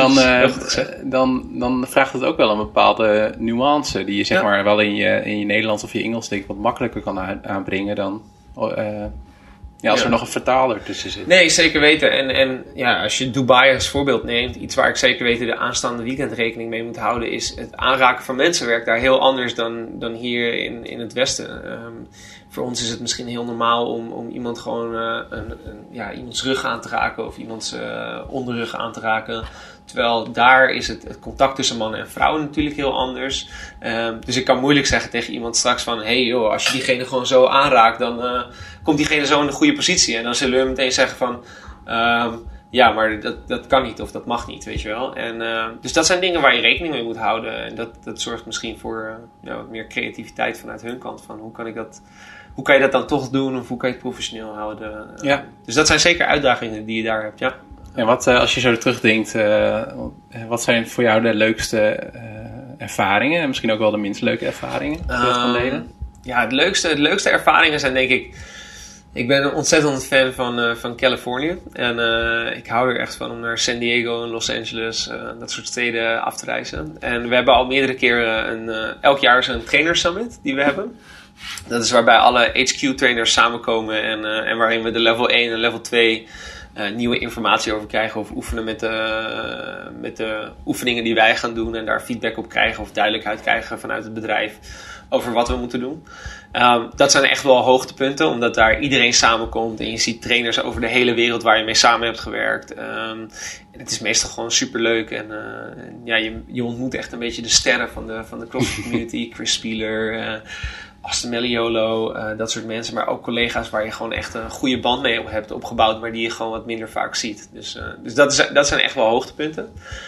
Dan vraagt het ook wel een bepaalde nuance. Die je zeg maar wel in je Nederlands of je Engels denk ik wat makkelijker kan aanbrengen dan als er nog een vertaler tussen zit. Nee, zeker weten. En als je Dubai als voorbeeld neemt, iets waar ik zeker weten de aanstaande weekend rekening mee moet houden, is het aanraken van mensen werkt daar heel anders dan hier in het Westen. Voor ons is het misschien heel normaal om iemand gewoon iemands rug aan te raken of iemands onderrug aan te raken. Terwijl daar is het contact tussen mannen en vrouwen natuurlijk heel anders. Dus ik kan moeilijk zeggen tegen iemand straks van, als je diegene gewoon zo aanraakt, dan komt diegene zo in de goede positie. En dan zullen we meteen zeggen van, ja, maar dat kan niet of dat mag niet, weet je wel. En, dus dat zijn dingen waar je rekening mee moet houden. En dat zorgt misschien voor wat meer creativiteit vanuit hun kant. Van hoe kan je dat dan toch doen of hoe kan je het professioneel houden. Dus dat zijn zeker uitdagingen die je daar hebt, ja. En wat, als je zo terugdenkt, wat zijn voor jou de leukste ervaringen? En misschien ook wel de minst leuke ervaringen die je kan delen? Ja, de leukste ervaringen zijn denk ik... Ik ben een ontzettend fan van Californië. En ik hou er echt van om naar San Diego en Los Angeles, dat soort steden af te reizen. En we hebben al meerdere keren elk jaar een trainersummit die we hebben. Dat is waarbij alle HQ-trainers samenkomen en waarin we de level 1 en level 2 nieuwe informatie over krijgen. Of oefenen met de oefeningen die wij gaan doen en daar feedback op krijgen of duidelijkheid krijgen vanuit het bedrijf over wat we moeten doen. Dat zijn echt wel hoogtepunten, omdat daar iedereen samenkomt en je ziet trainers over de hele wereld waar je mee samen hebt gewerkt. En het is meestal gewoon superleuk en je ontmoet echt een beetje de sterren van de CrossFit community. Chris Spieler, Aston Meliolo, dat soort mensen, maar ook collega's waar je gewoon echt een goede band mee hebt opgebouwd, maar die je gewoon wat minder vaak ziet. Dus dat zijn echt wel hoogtepunten.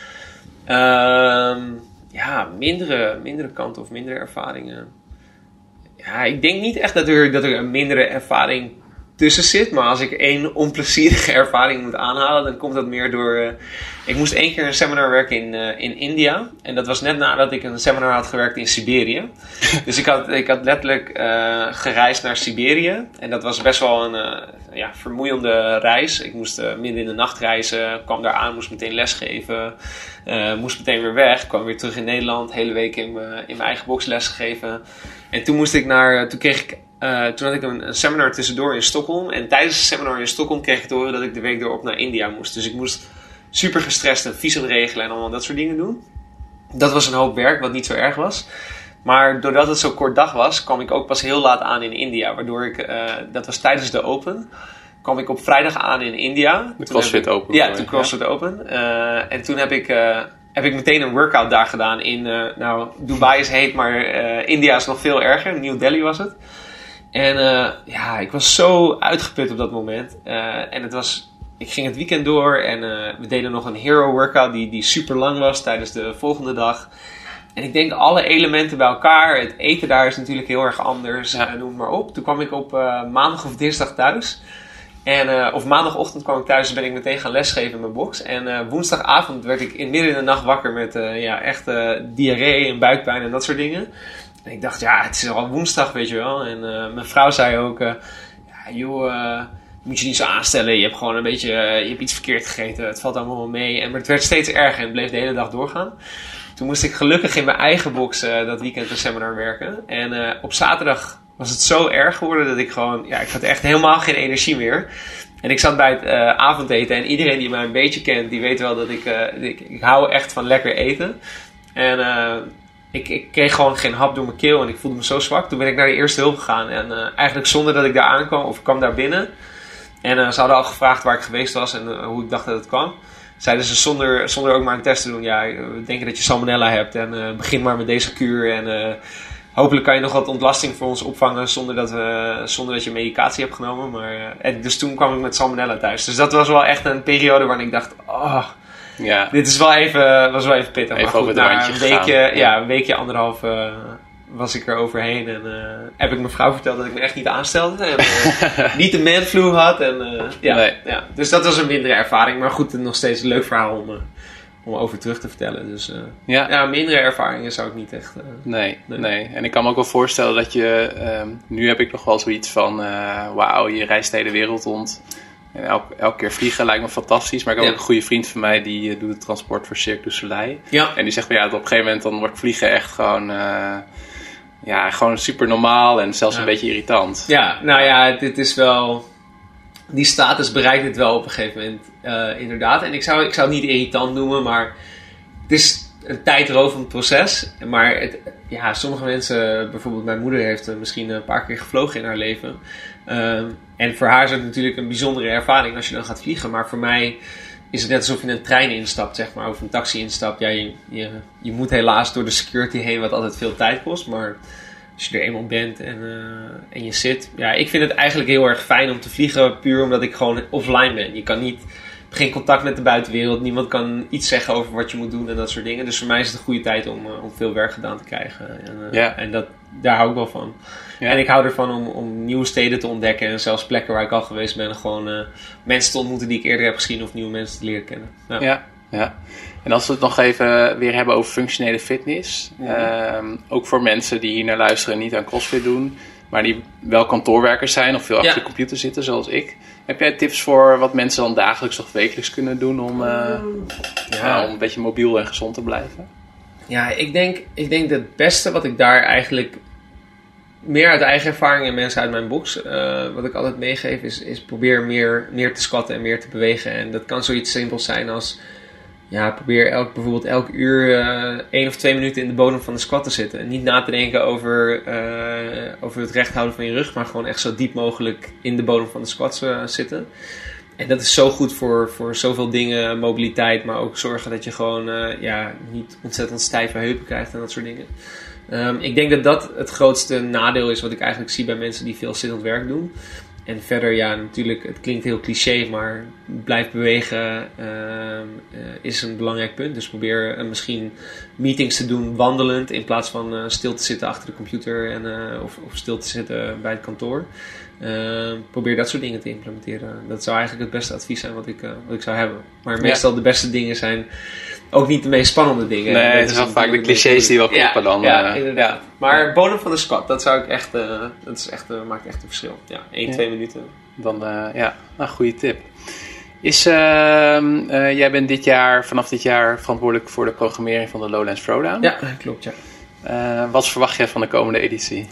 Mindere kanten of mindere ervaringen. Ja, ik denk niet echt dat er een mindere ervaring tussen zit. Maar als ik één onplezierige ervaring moet aanhalen, dan komt dat meer door... ik moest 1 keer een seminar werken in India. En dat was net nadat ik een seminar had gewerkt in Siberië. Dus ik had letterlijk gereisd naar Siberië. En dat was best wel een vermoeiende reis. Ik moest midden in de nacht reizen. Kwam daar aan, moest meteen lesgeven. Moest meteen weer weg. Kwam weer terug in Nederland. Hele week in mijn eigen box lesgegeven. En toen moest ik toen had ik een seminar tussendoor in Stockholm. En tijdens het seminar in Stockholm kreeg ik te horen dat ik de week erop naar India moest. Dus ik moest super gestrest een visum regelen en allemaal dat soort dingen doen. Dat was een hoop werk, wat niet zo erg was. Maar doordat het zo'n kort dag was, kwam ik ook pas heel laat aan in India. Waardoor ik, dat was tijdens de Open, kwam ik op vrijdag aan in India. De CrossFit Open. Ja, toen CrossFit Open. En toen heb ik meteen een workout daar gedaan in... Dubai is heet, maar India is nog veel erger. New Delhi was het. En ik was zo uitgeput op dat moment. En ik ging het weekend door en we deden nog een hero workout die super lang was tijdens de volgende dag. En ik denk alle elementen bij elkaar. Het eten daar is natuurlijk heel erg anders. Noem het maar op. Toen kwam ik op maandag of dinsdag thuis. Of maandagochtend kwam ik thuis en ben ik meteen gaan lesgeven in mijn box. En woensdagavond werd ik midden in de nacht wakker met echt diarree en buikpijn en dat soort dingen. En ik dacht, het is al woensdag, weet je wel. En mijn vrouw zei ook, moet je niet zo aanstellen. Je hebt gewoon een beetje, je hebt iets verkeerd gegeten. Het valt allemaal wel mee. Maar het werd steeds erger en bleef de hele dag doorgaan. Toen moest ik gelukkig in mijn eigen box dat weekend een seminar werken. En op zaterdag was het zo erg geworden dat ik gewoon... ik had echt helemaal geen energie meer. En ik zat bij het avondeten. En iedereen die mij een beetje kent, die weet wel dat ik hou echt van lekker eten. En ik kreeg gewoon geen hap door mijn keel. En ik voelde me zo zwak. Toen ben ik naar de eerste hulp gegaan. En eigenlijk zonder dat ik daar aankwam, of ik kwam daar binnen. En ze hadden al gevraagd waar ik geweest was en hoe ik dacht dat het kwam. Zeiden ze zonder ook maar een test te doen. We denken dat je salmonella hebt. En begin maar met deze kuur. En hopelijk kan je nog wat ontlasting voor ons opvangen zonder dat je medicatie hebt genomen. Dus toen kwam ik met salmonella thuis. Dus dat was wel echt een periode waarin ik dacht... dit is was wel even pittig. Even over het randje gegaan. Een weekje, anderhalf was ik er overheen. En heb ik mijn vrouw verteld dat ik me echt niet aanstelde. En niet de manflu had. Dus dat was een mindere ervaring. Maar goed, nog steeds een leuk verhaal om over terug te vertellen. Dus mindere ervaringen zou ik niet echt... Nee. En ik kan me ook wel voorstellen dat je... nu heb ik nog wel zoiets van... wauw, je reist de hele wereld rond. En elke keer vliegen lijkt me fantastisch. Maar ik heb ook een goede vriend van mij... die doet het transport voor Cirque du Soleil. Ja. En die zegt dat op een gegeven moment... dan wordt vliegen echt gewoon... gewoon super normaal en zelfs een beetje irritant. Dit is wel... Die status bereikt het wel op een gegeven moment, inderdaad. En ik zou het niet irritant noemen, maar het is een tijdrovend proces. Maar sommige mensen, bijvoorbeeld mijn moeder heeft misschien een paar keer gevlogen in haar leven. En voor haar is het natuurlijk een bijzondere ervaring als je dan gaat vliegen. Maar voor mij is het net alsof je een trein instapt, zeg maar, of een taxi instapt. Je moet helaas door de security heen, wat altijd veel tijd kost, maar... Als je er eenmaal bent en je zit. Ik vind het eigenlijk heel erg fijn om te vliegen. Puur omdat ik gewoon offline ben. Je kan niet geen contact met de buitenwereld. Niemand kan iets zeggen over wat je moet doen en dat soort dingen. Dus voor mij is het een goede tijd om veel werk gedaan te krijgen. En daar hou ik wel van. Ja. En ik hou ervan om nieuwe steden te ontdekken. En zelfs plekken waar ik al geweest ben. Gewoon mensen te ontmoeten die ik eerder heb gezien. Of nieuwe mensen te leren kennen. Ja. En als we het nog even weer hebben over functionele fitness. Ook voor mensen die hier naar luisteren en niet aan CrossFit doen. Maar die wel kantoorwerkers zijn of veel achter de computer zitten zoals ik. Heb jij tips voor wat mensen dan dagelijks of wekelijks kunnen doen om een beetje mobiel en gezond te blijven? Ja, ik denk dat het beste wat ik daar eigenlijk meer uit eigen ervaring en mensen uit mijn box, wat ik altijd meegeef is probeer meer te squatten en meer te bewegen. En dat kan zoiets simpels zijn als probeer bijvoorbeeld elk uur 1 of 2 minuten in de bodem van de squat te zitten. En niet na te denken over het recht houden van je rug, maar gewoon echt zo diep mogelijk in de bodem van de squat zitten. En dat is zo goed voor zoveel dingen, mobiliteit, maar ook zorgen dat je gewoon niet ontzettend stijve heupen krijgt en dat soort dingen. Ik denk dat het grootste nadeel is wat ik eigenlijk zie bij mensen die veel zittend werk doen. En verder, natuurlijk, het klinkt heel cliché, maar blijf bewegen is een belangrijk punt. Dus probeer misschien meetings te doen wandelend in plaats van stil te zitten achter de computer of stil te zitten bij het kantoor. Probeer dat soort dingen te implementeren. Dat zou eigenlijk het beste advies zijn wat ik zou hebben. Maar meestal de beste dingen zijn ook niet de meest spannende dingen. Nee, het is wel vaak de clichés die wel kloppen dan. Ja, inderdaad. Maar bodem van de squat, dat zou ik echt, maakt echt een verschil. 1-2 minuten. Dan, een goede tip. Jij bent vanaf dit jaar verantwoordelijk voor de programmering van de Lowlands Throwdown. Ja, klopt, Wat verwacht jij van de komende editie?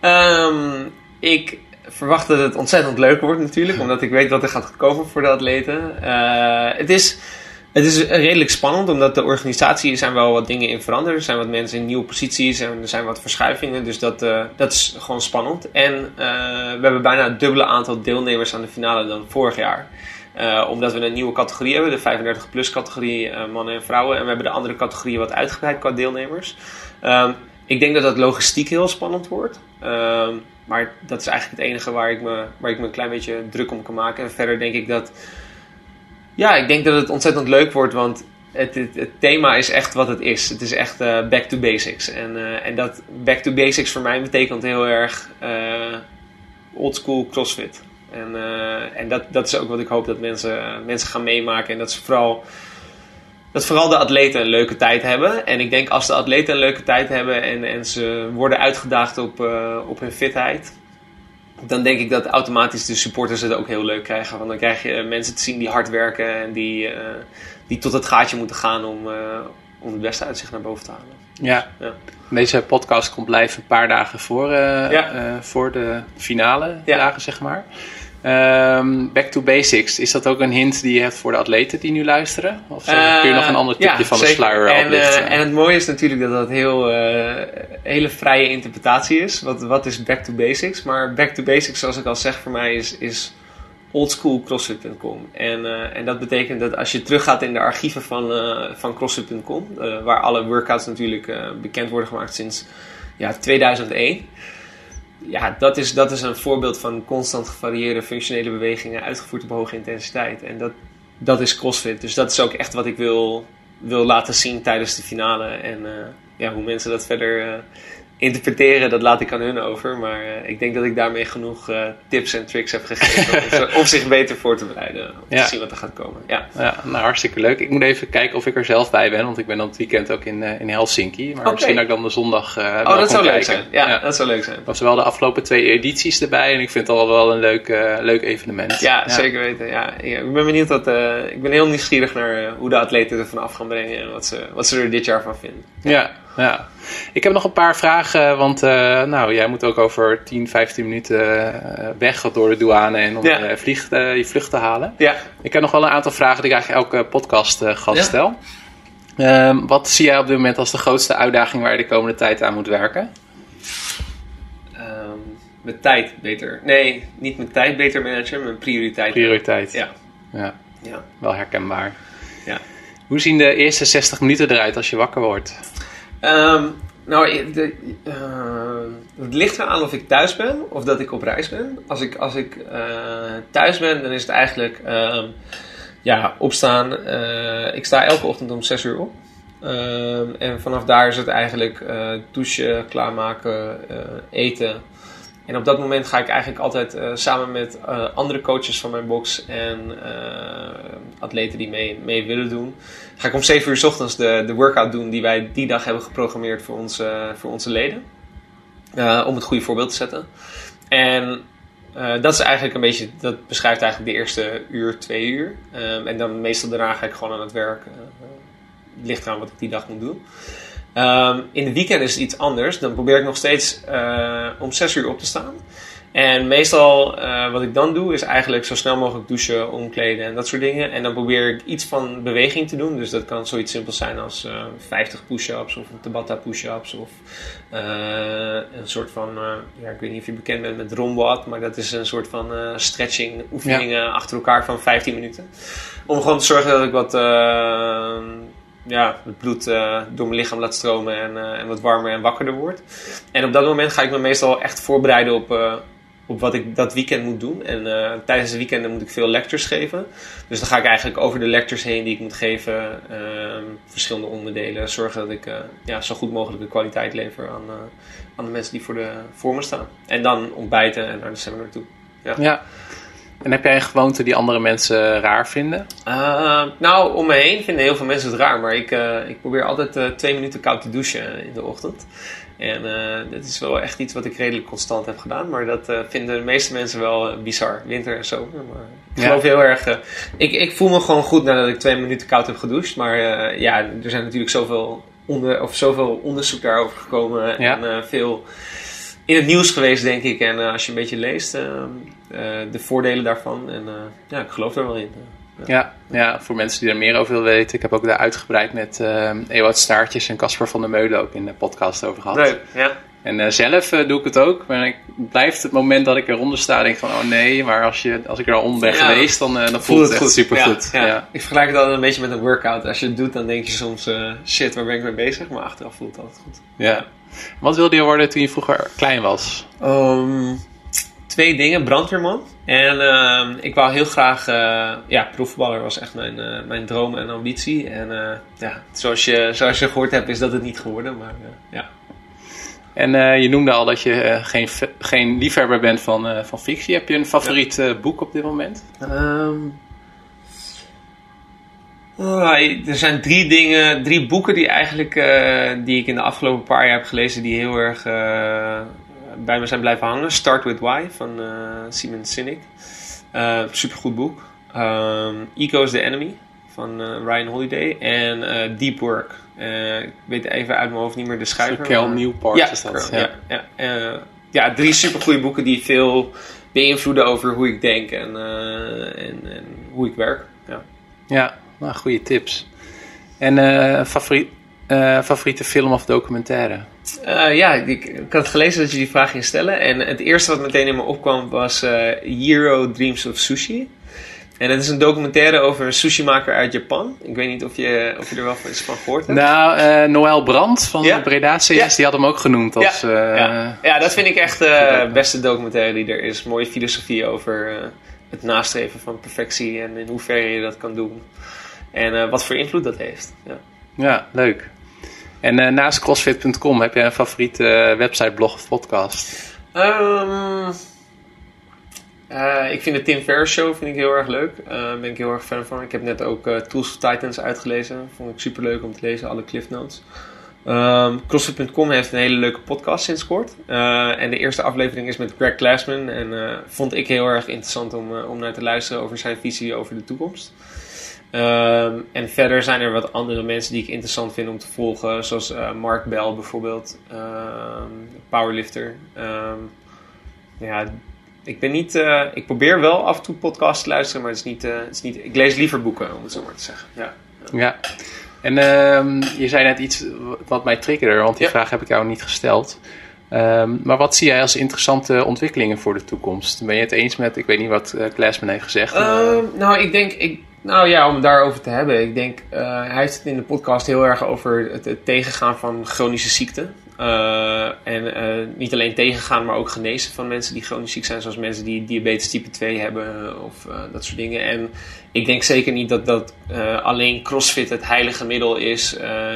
Ik verwacht dat het ontzettend leuk wordt natuurlijk, omdat ik weet wat er gaat komen voor de atleten. Het is redelijk spannend, omdat de organisatie zijn wel wat dingen in veranderd. Er zijn wat mensen in nieuwe posities en er zijn wat verschuivingen. Dus dat is gewoon spannend. En we hebben bijna het dubbele aantal deelnemers aan de finale dan vorig jaar. Omdat we een nieuwe categorie hebben, de 35+ categorie mannen en vrouwen. En we hebben de andere categorieën wat uitgebreid qua deelnemers. Ik denk dat logistiek heel spannend wordt. Maar dat is eigenlijk het enige waar ik me een klein beetje druk om kan maken. En verder denk ik dat het ontzettend leuk wordt, want het thema is echt wat het is. Het is echt back to basics. En dat back to basics voor mij betekent heel erg old school CrossFit. En dat is ook wat ik hoop dat mensen gaan meemaken. En dat vooral de atleten een leuke tijd hebben. En ik denk als de atleten een leuke tijd hebben en ze worden uitgedaagd op hun fitheid, dan denk ik dat automatisch de supporters het ook heel leuk krijgen. Want dan krijg je mensen te zien die hard werken en die tot het gaatje moeten gaan om het beste uit zich naar boven te halen. Ja. Deze podcast komt live een paar dagen voor de finale dagen, zeg maar. Back to basics, is dat ook een hint die je hebt voor de atleten die nu luisteren? Of kun je nog een ander tipje van zeker. De sluier oplichten? En het mooie is natuurlijk dat dat hele vrije interpretatie is. Wat is back to basics? Maar back to basics, zoals ik al zeg, voor mij is oldschoolcrossfit.com. En dat betekent dat als je teruggaat in de archieven van crossfit.com, waar alle workouts natuurlijk bekend worden gemaakt sinds 2001... Ja, dat is een voorbeeld van constant gevarieerde functionele bewegingen uitgevoerd op hoge intensiteit. En dat is CrossFit. Dus dat is ook echt wat ik wil laten zien tijdens de finale. En hoe mensen dat verder interpreteren, dat laat ik aan hun over. Maar ik denk dat ik daarmee genoeg tips en tricks heb gegeven om zich beter voor te bereiden. Om te zien wat er gaat komen. Ja, hartstikke leuk. Ik moet even kijken of ik er zelf bij ben. Want ik ben dan het weekend ook in Helsinki. Maar misschien dat ik dan de zondag dat zou leuk zijn. Ja, dat zou leuk zijn. Er was wel de afgelopen 2 edities erbij. En ik vind het al wel een leuk evenement. Ja, zeker weten. Ja, ik ben benieuwd ik ben heel nieuwsgierig naar hoe de atleten ervan af gaan brengen. En wat ze er dit jaar van vinden. Ja. Ik heb nog een paar vragen, want jij moet ook over 10-15 minuten weg door de douane en om je vlucht te halen. Ja. Ik heb nog wel een aantal vragen die ik eigenlijk elke podcast gast stel. Wat zie jij op dit moment als de grootste uitdaging waar je de komende tijd aan moet werken? Mijn tijd beter. Nee, niet mijn tijd beter managen, mijn prioriteit. Prioriteit. Ja. Wel herkenbaar. Ja. Hoe zien de eerste 60 minuten eruit als je wakker wordt? Het ligt eraan of ik thuis ben of dat ik op reis ben. Als ik thuis ben, dan is het eigenlijk opstaan. Ik sta elke ochtend om 6 uur op. En vanaf daar is het eigenlijk douchen, klaarmaken, eten. En op dat moment ga ik eigenlijk altijd samen met andere coaches van mijn box en atleten die mee willen doen, ga ik om 7 uur 's ochtends de workout doen die wij die dag hebben geprogrammeerd voor onze leden. Om het goede voorbeeld te zetten. En dat is eigenlijk een beetje, dat beschrijft eigenlijk de eerste uur, 2 uur. En dan meestal daarna ga ik gewoon aan het werk. Het ligt eraan wat ik die dag moet doen. In de weekend is het iets anders. Dan probeer ik nog steeds om 6 uur op te staan. En meestal wat ik dan doe is eigenlijk zo snel mogelijk douchen, omkleden en dat soort dingen. En dan probeer ik iets van beweging te doen. Dus dat kan zoiets simpels zijn als 50 push-ups of een Tabata push-ups. Of een soort van, ik weet niet of je bekend bent met Romwat. Maar dat is een soort van stretching oefeningen achter elkaar van 15 minuten. Om gewoon te zorgen dat ik wat het bloed door mijn lichaam laat stromen en wat warmer en wakkerder wordt. En op dat moment ga ik me meestal echt voorbereiden op wat ik dat weekend moet doen. En tijdens de weekenden moet ik veel lectures geven. Dus dan ga ik eigenlijk over de lectures heen die ik moet geven. Verschillende onderdelen. Zorgen dat ik zo goed mogelijk de kwaliteit lever aan de mensen die voor me staan. En dan ontbijten en naar de seminar toe. Ja. En heb jij een gewoonte die andere mensen raar vinden? Om me heen vinden heel veel mensen het raar. Maar ik probeer altijd 2 minuten koud te douchen in de ochtend. En dat is wel echt iets wat ik redelijk constant heb gedaan. Maar dat vinden de meeste mensen wel bizar. Winter en zomer. Maar ik geloof heel erg... Ik voel me gewoon goed nadat ik 2 minuten koud heb gedoucht. Maar er zijn natuurlijk zoveel onderzoek daarover gekomen. Ja. En veel in het nieuws geweest, denk ik. En als je een beetje leest, de voordelen daarvan. En ik geloof er wel in. Ja, voor mensen die er meer over willen weten. Ik heb ook daar uitgebreid met Ewout Staartjes en Casper van der Meulen ook in de podcast over gehad. Leuk, ja. En zelf doe ik het ook. Maar ik blijf het moment dat ik eronder sta, denk van, oh nee. Maar als ik er al onder ben geweest, dan voelt het echt goed. Supergoed. Ja. Ik vergelijk het altijd een beetje met een workout. Als je het doet, dan denk je soms, shit, waar ben ik mee bezig? Maar achteraf voelt het altijd goed. Ja. Wat wilde je worden toen je vroeger klein was? 2 dingen. Brandweerman. En ik wou heel graag... profvoetballer was echt mijn droom en ambitie. En zoals je gehoord hebt, is dat het niet geworden. Maar ja. En je noemde al dat je geen liefhebber bent van fictie. Heb je een favoriet boek op dit moment? Er zijn 3 boeken die eigenlijk die ik in de afgelopen paar jaar heb gelezen die heel erg bij me zijn blijven hangen. Start With Why van Simon Sinek. Supergoed boek. Ego is the Enemy van Ryan Holiday. En Deep Work. Ik weet even uit mijn hoofd niet meer de schrijver. Cal Newport is dat. Ja, 3 supergoeie boeken die veel beïnvloeden over hoe ik denk en hoe ik werk. Ja, nou, goede tips. En favoriete film of documentaire? Ik had gelezen dat je die vraag ging stellen. En het eerste wat meteen in me opkwam was Jiro Dreams of Sushi. En het is een documentaire over een sushi-maker uit Japan. Ik weet niet of je er wel eens van gehoord hebt. Nou, Noël Brandt van de Breda CS, die had hem ook genoemd als... Ja, dat vind ik echt de beste documentaire die er is. Mooie filosofie over het nastreven van perfectie en in hoeverre je dat kan doen. En wat voor invloed dat heeft. Ja, leuk. En naast CrossFit.com heb jij een favoriete website, blog of podcast? Ik vind de Tim Ferriss Show heel erg leuk. Daar ben ik heel erg fan van. Ik heb net ook Tools of Titans uitgelezen. Vond ik super leuk om te lezen, alle Cliff Notes. CrossFit.com heeft een hele leuke podcast sinds kort. En de eerste aflevering is met Greg Glassman. En vond ik heel erg interessant om naar te luisteren over zijn visie over de toekomst. En verder zijn er wat andere mensen die ik interessant vind om te volgen. Zoals Mark Bell bijvoorbeeld. Powerlifter. Ik ben niet... ik probeer wel af en toe podcasts te luisteren, maar het is niet... Ik lees liever boeken, om het zo maar te zeggen. Ja. En je zei net iets wat mij triggerde, want die vraag heb ik jou niet gesteld. Maar wat zie jij als interessante ontwikkelingen voor de toekomst? Ben je het eens met, ik weet niet wat Glassman heeft gezegd? Ik denk... om het daarover te hebben. Ik denk, hij heeft het in de podcast heel erg over het tegengaan van chronische ziekten. En niet alleen tegengaan, maar ook genezen van mensen die chronisch ziek zijn. Zoals mensen die diabetes type 2 hebben of dat soort dingen. En ik denk zeker niet dat alleen CrossFit het heilige middel is.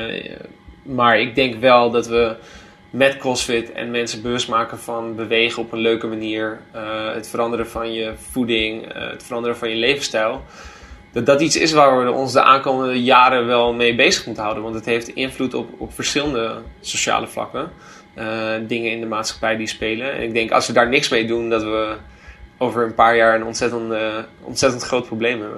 Maar ik denk wel dat we met CrossFit en mensen bewust maken van bewegen op een leuke manier. Het veranderen van je voeding, het veranderen van je levensstijl. Dat iets is waar we ons de aankomende jaren wel mee bezig moeten houden. Want het heeft invloed op verschillende sociale vlakken. Dingen in de maatschappij die spelen. En ik denk als we daar niks mee doen, dat we over een paar jaar een ontzettend groot probleem hebben.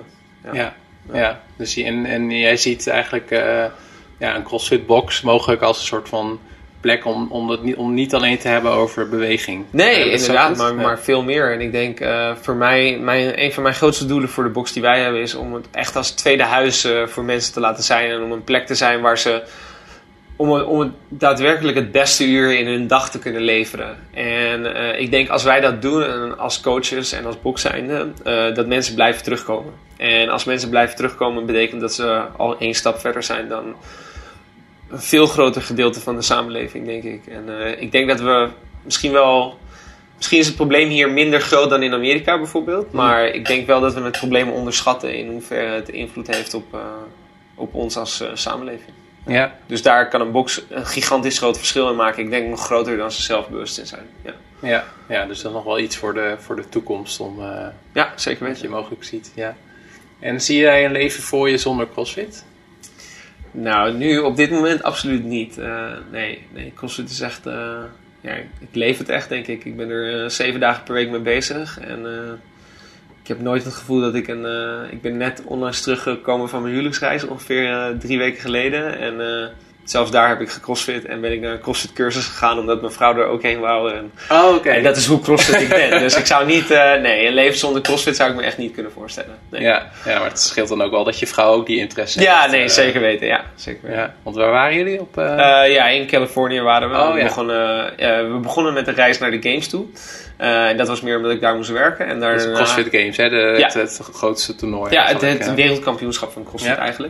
Ja. Dus en jij ziet eigenlijk een CrossFit box mogelijk als een soort van plek om niet alleen te hebben over beweging. Nee, inderdaad, maar veel meer. En ik denk voor mij, een van mijn grootste doelen voor de box die wij hebben is om het echt als tweede huis voor mensen te laten zijn. En om een plek te zijn waar ze om het daadwerkelijk het beste uur in hun dag te kunnen leveren. En ik denk als wij dat doen als coaches en als box zijnde, dat mensen blijven terugkomen. En als mensen blijven terugkomen betekent dat ze al 1 stap verder zijn dan een veel groter gedeelte van de samenleving, denk ik. En ik denk dat we misschien is het probleem hier minder groot dan in Amerika bijvoorbeeld. Maar ik denk wel dat we het probleem onderschatten in hoeverre het invloed heeft op ons als samenleving. Ja. Dus daar kan een box een gigantisch groot verschil in maken. Ik denk nog groter dan ze zelf bewust in zijn. Ja, dus dat is nog wel iets voor de toekomst om zeker weten. Wat je mogelijk ziet. Ja. En zie jij een leven voor je zonder CrossFit? Nou, nu op dit moment absoluut niet. Nee, CrossFit is echt... ik leef het echt, denk ik. Ik ben er 7 dagen per week mee bezig. En ik heb nooit het gevoel dat ik ik ben net onlangs teruggekomen van mijn huwelijksreis, ongeveer 3 weken geleden. En zelfs daar heb ik gecrossfit en ben ik naar een CrossFit cursus gegaan, omdat mijn vrouw er ook heen wou. En dat is hoe CrossFit ik ben. Dus ik zou niet... een leven zonder CrossFit zou ik me echt niet kunnen voorstellen. Nee. Ja, maar het scheelt dan ook wel dat je vrouw ook die interesse heeft. Ja, nee, zeker weten. Ja, zeker weten. Ja, want waar waren jullie op? In Californië waren we. We begonnen met de reis naar de Games toe. En dat was meer omdat ik daar moest werken. En daar, dat is CrossFit Games, hè? Het grootste toernooi. Ja, het wereldkampioenschap van CrossFit eigenlijk.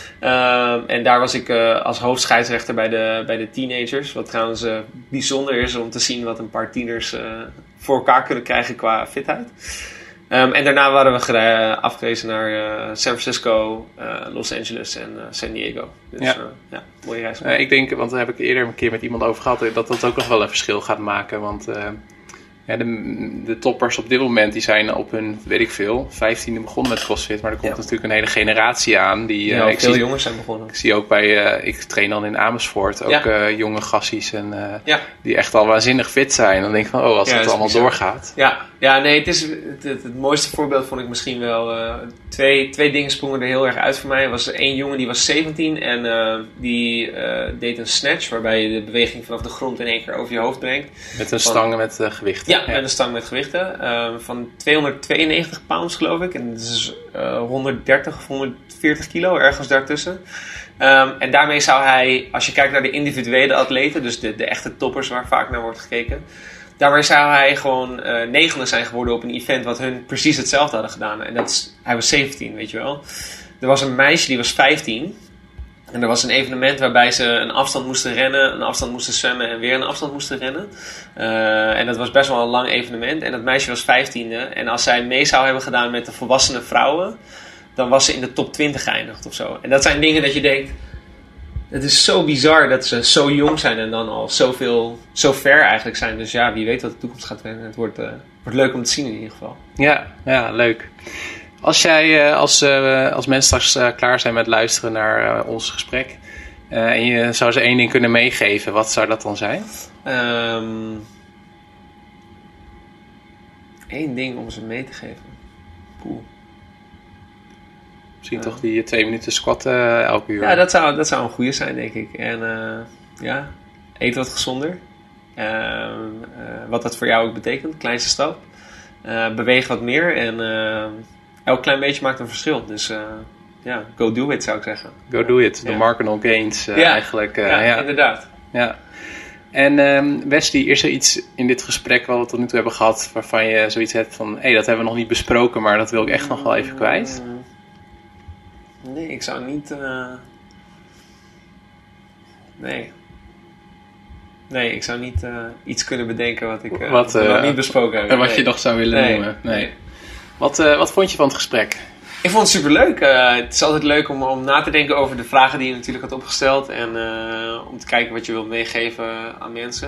En daar was ik als hoofdscheidsrechter bij de teenagers. Wat trouwens bijzonder is om te zien wat een paar tieners voor elkaar kunnen krijgen qua fitheid. En daarna waren we afgereisd naar San Francisco, Los Angeles en San Diego. Dus mooie reis. Ik denk, want daar heb ik eerder een keer met iemand over gehad, dat ook nog wel een verschil gaat maken. Want de toppers op dit moment die zijn op hun, weet ik veel, 15e begonnen met CrossFit. Maar er komt natuurlijk een hele generatie aan. Veel jongens zijn begonnen. Ik zie ook ik train dan in Amersfoort ook jonge gassies die echt al waanzinnig fit zijn. Dan denk ik van, als het allemaal doorgaat. Het is het mooiste voorbeeld vond ik misschien wel. Twee dingen sprongen er heel erg uit voor mij. Er was 1 jongen die was 17 en die deed een snatch, waarbij je de beweging vanaf de grond in 1 keer over je hoofd brengt. Met een stang met gewichten. Ja, met een stang met gewichten. Van 292 pounds geloof ik. En dat is 130 of 140 kilo, ergens daartussen. En daarmee zou hij, als je kijkt naar de individuele atleten, dus de echte toppers waar vaak naar wordt gekeken, daarmee zou hij gewoon 9e zijn geworden op een event wat hun precies hetzelfde hadden gedaan. En hij was 17, weet je wel. Er was een meisje die was 15. En er was een evenement waarbij ze een afstand moesten rennen, een afstand moesten zwemmen en weer een afstand moesten rennen. En dat was best wel een lang evenement. En dat meisje was 15e. En als zij mee zou hebben gedaan met de volwassene vrouwen, dan was ze in de top 20 geëindigd of zo. En dat zijn dingen dat je denkt, het is zo bizar dat ze zo jong zijn en dan al zo ver eigenlijk zijn. Dus ja, wie weet wat de toekomst gaat brengen. Het wordt leuk om te zien in ieder geval. Ja, leuk. Als jij als mensen straks klaar zijn met luisteren naar ons gesprek en je zou ze 1 ding kunnen meegeven, wat zou dat dan zijn? 1 ding om ze mee te geven. Poeh. Misschien toch die 2 minuten squatten elke uur. Ja, dat zou een goede zijn, denk ik. En eet wat gezonder. Wat dat voor jou ook betekent, kleinste stap. Beweeg wat meer en elk klein beetje maakt een verschil. Dus go do it zou ik zeggen. Go do it, de marginal gains eigenlijk. Inderdaad. Ja. En Wesley, is er iets in dit gesprek wat we tot nu toe hebben gehad waarvan je zoiets hebt van, dat hebben we nog niet besproken, maar dat wil ik echt nog wel even kwijt? Nee, ik zou niet... Nee. Nee, ik zou niet iets kunnen bedenken wat ik nog niet besproken heb. En wat je nog zou willen noemen. Nee. Wat vond je van het gesprek? Ik vond het superleuk. Het is altijd leuk om na te denken over de vragen die je natuurlijk had opgesteld. En om te kijken wat je wilt meegeven aan mensen.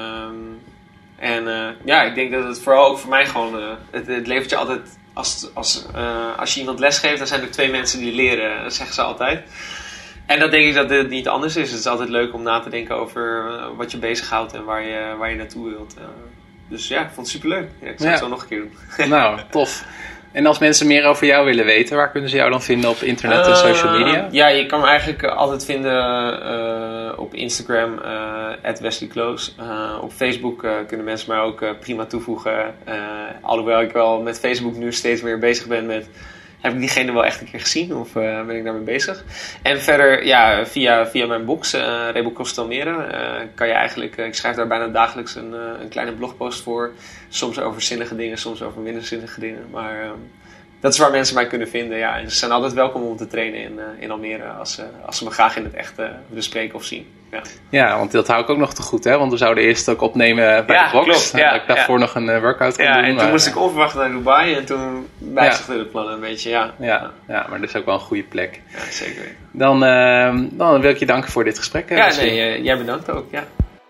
Ik denk dat het vooral ook voor mij gewoon... het levert je altijd... Als je iemand lesgeeft, dan zijn er 2 mensen die leren. Dat zeggen ze altijd. En dan denk ik dat dit niet anders is. Het is altijd leuk om na te denken over wat je bezighoudt en waar je naartoe wilt. Dus ja, ik vond het superleuk. Ja, ik zou het zo nog een keer doen. Nou, tof. En als mensen meer over jou willen weten, waar kunnen ze jou dan vinden op internet en social media? Ja, je kan me eigenlijk altijd vinden op Instagram, @WesleyClose. Op Facebook kunnen mensen mij ook prima toevoegen. Alhoewel ik wel met Facebook nu steeds meer bezig ben met... Heb ik diegene wel echt een keer gezien of ben ik daarmee bezig? En verder, ja, via mijn box, Rebo Cross Almere, kan je eigenlijk... ik schrijf daar bijna dagelijks een kleine blogpost voor. Soms over zinnige dingen, soms over minder zinnige dingen. Maar dat is waar mensen mij kunnen vinden. Ja. En ze zijn altijd welkom om te trainen in Almere als ze me graag in het echt willen spreken of zien. Ja, want dat hou ik ook nog te goed, hè? Want we zouden eerst ook opnemen bij de box. Klopt, dat ik daarvoor nog een workout kon doen. En toen moest ik onverwacht naar Dubai en toen wijzigde de plannen een beetje, Ja, maar dat is ook wel een goede plek. Ja, zeker. Dan wil ik je danken voor dit gesprek. Jij bedankt ook, ja.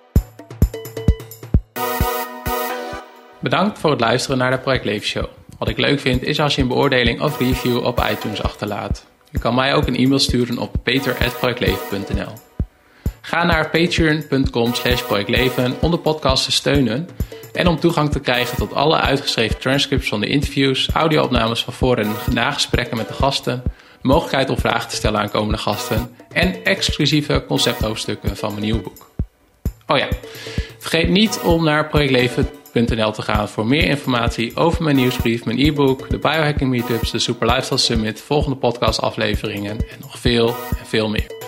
Bedankt voor het luisteren naar de Project Leven Show. Wat ik leuk vind is als je een beoordeling of review op iTunes achterlaat. Je kan mij ook een e-mail sturen op peter@projectleven.nl. Ga naar patreon.com/projectleven om de podcast te steunen en om toegang te krijgen tot alle uitgeschreven transcripts van de interviews, audio-opnames van voor- en nagesprekken met de gasten, de mogelijkheid om vragen te stellen aan komende gasten en exclusieve concepthoofdstukken van mijn nieuwe boek. Oh ja, vergeet niet om naar projectleven.nl te gaan voor meer informatie over mijn nieuwsbrief, mijn e-book, de biohacking meetups, de Super Lifestyle Summit, volgende podcastafleveringen en nog veel en veel meer.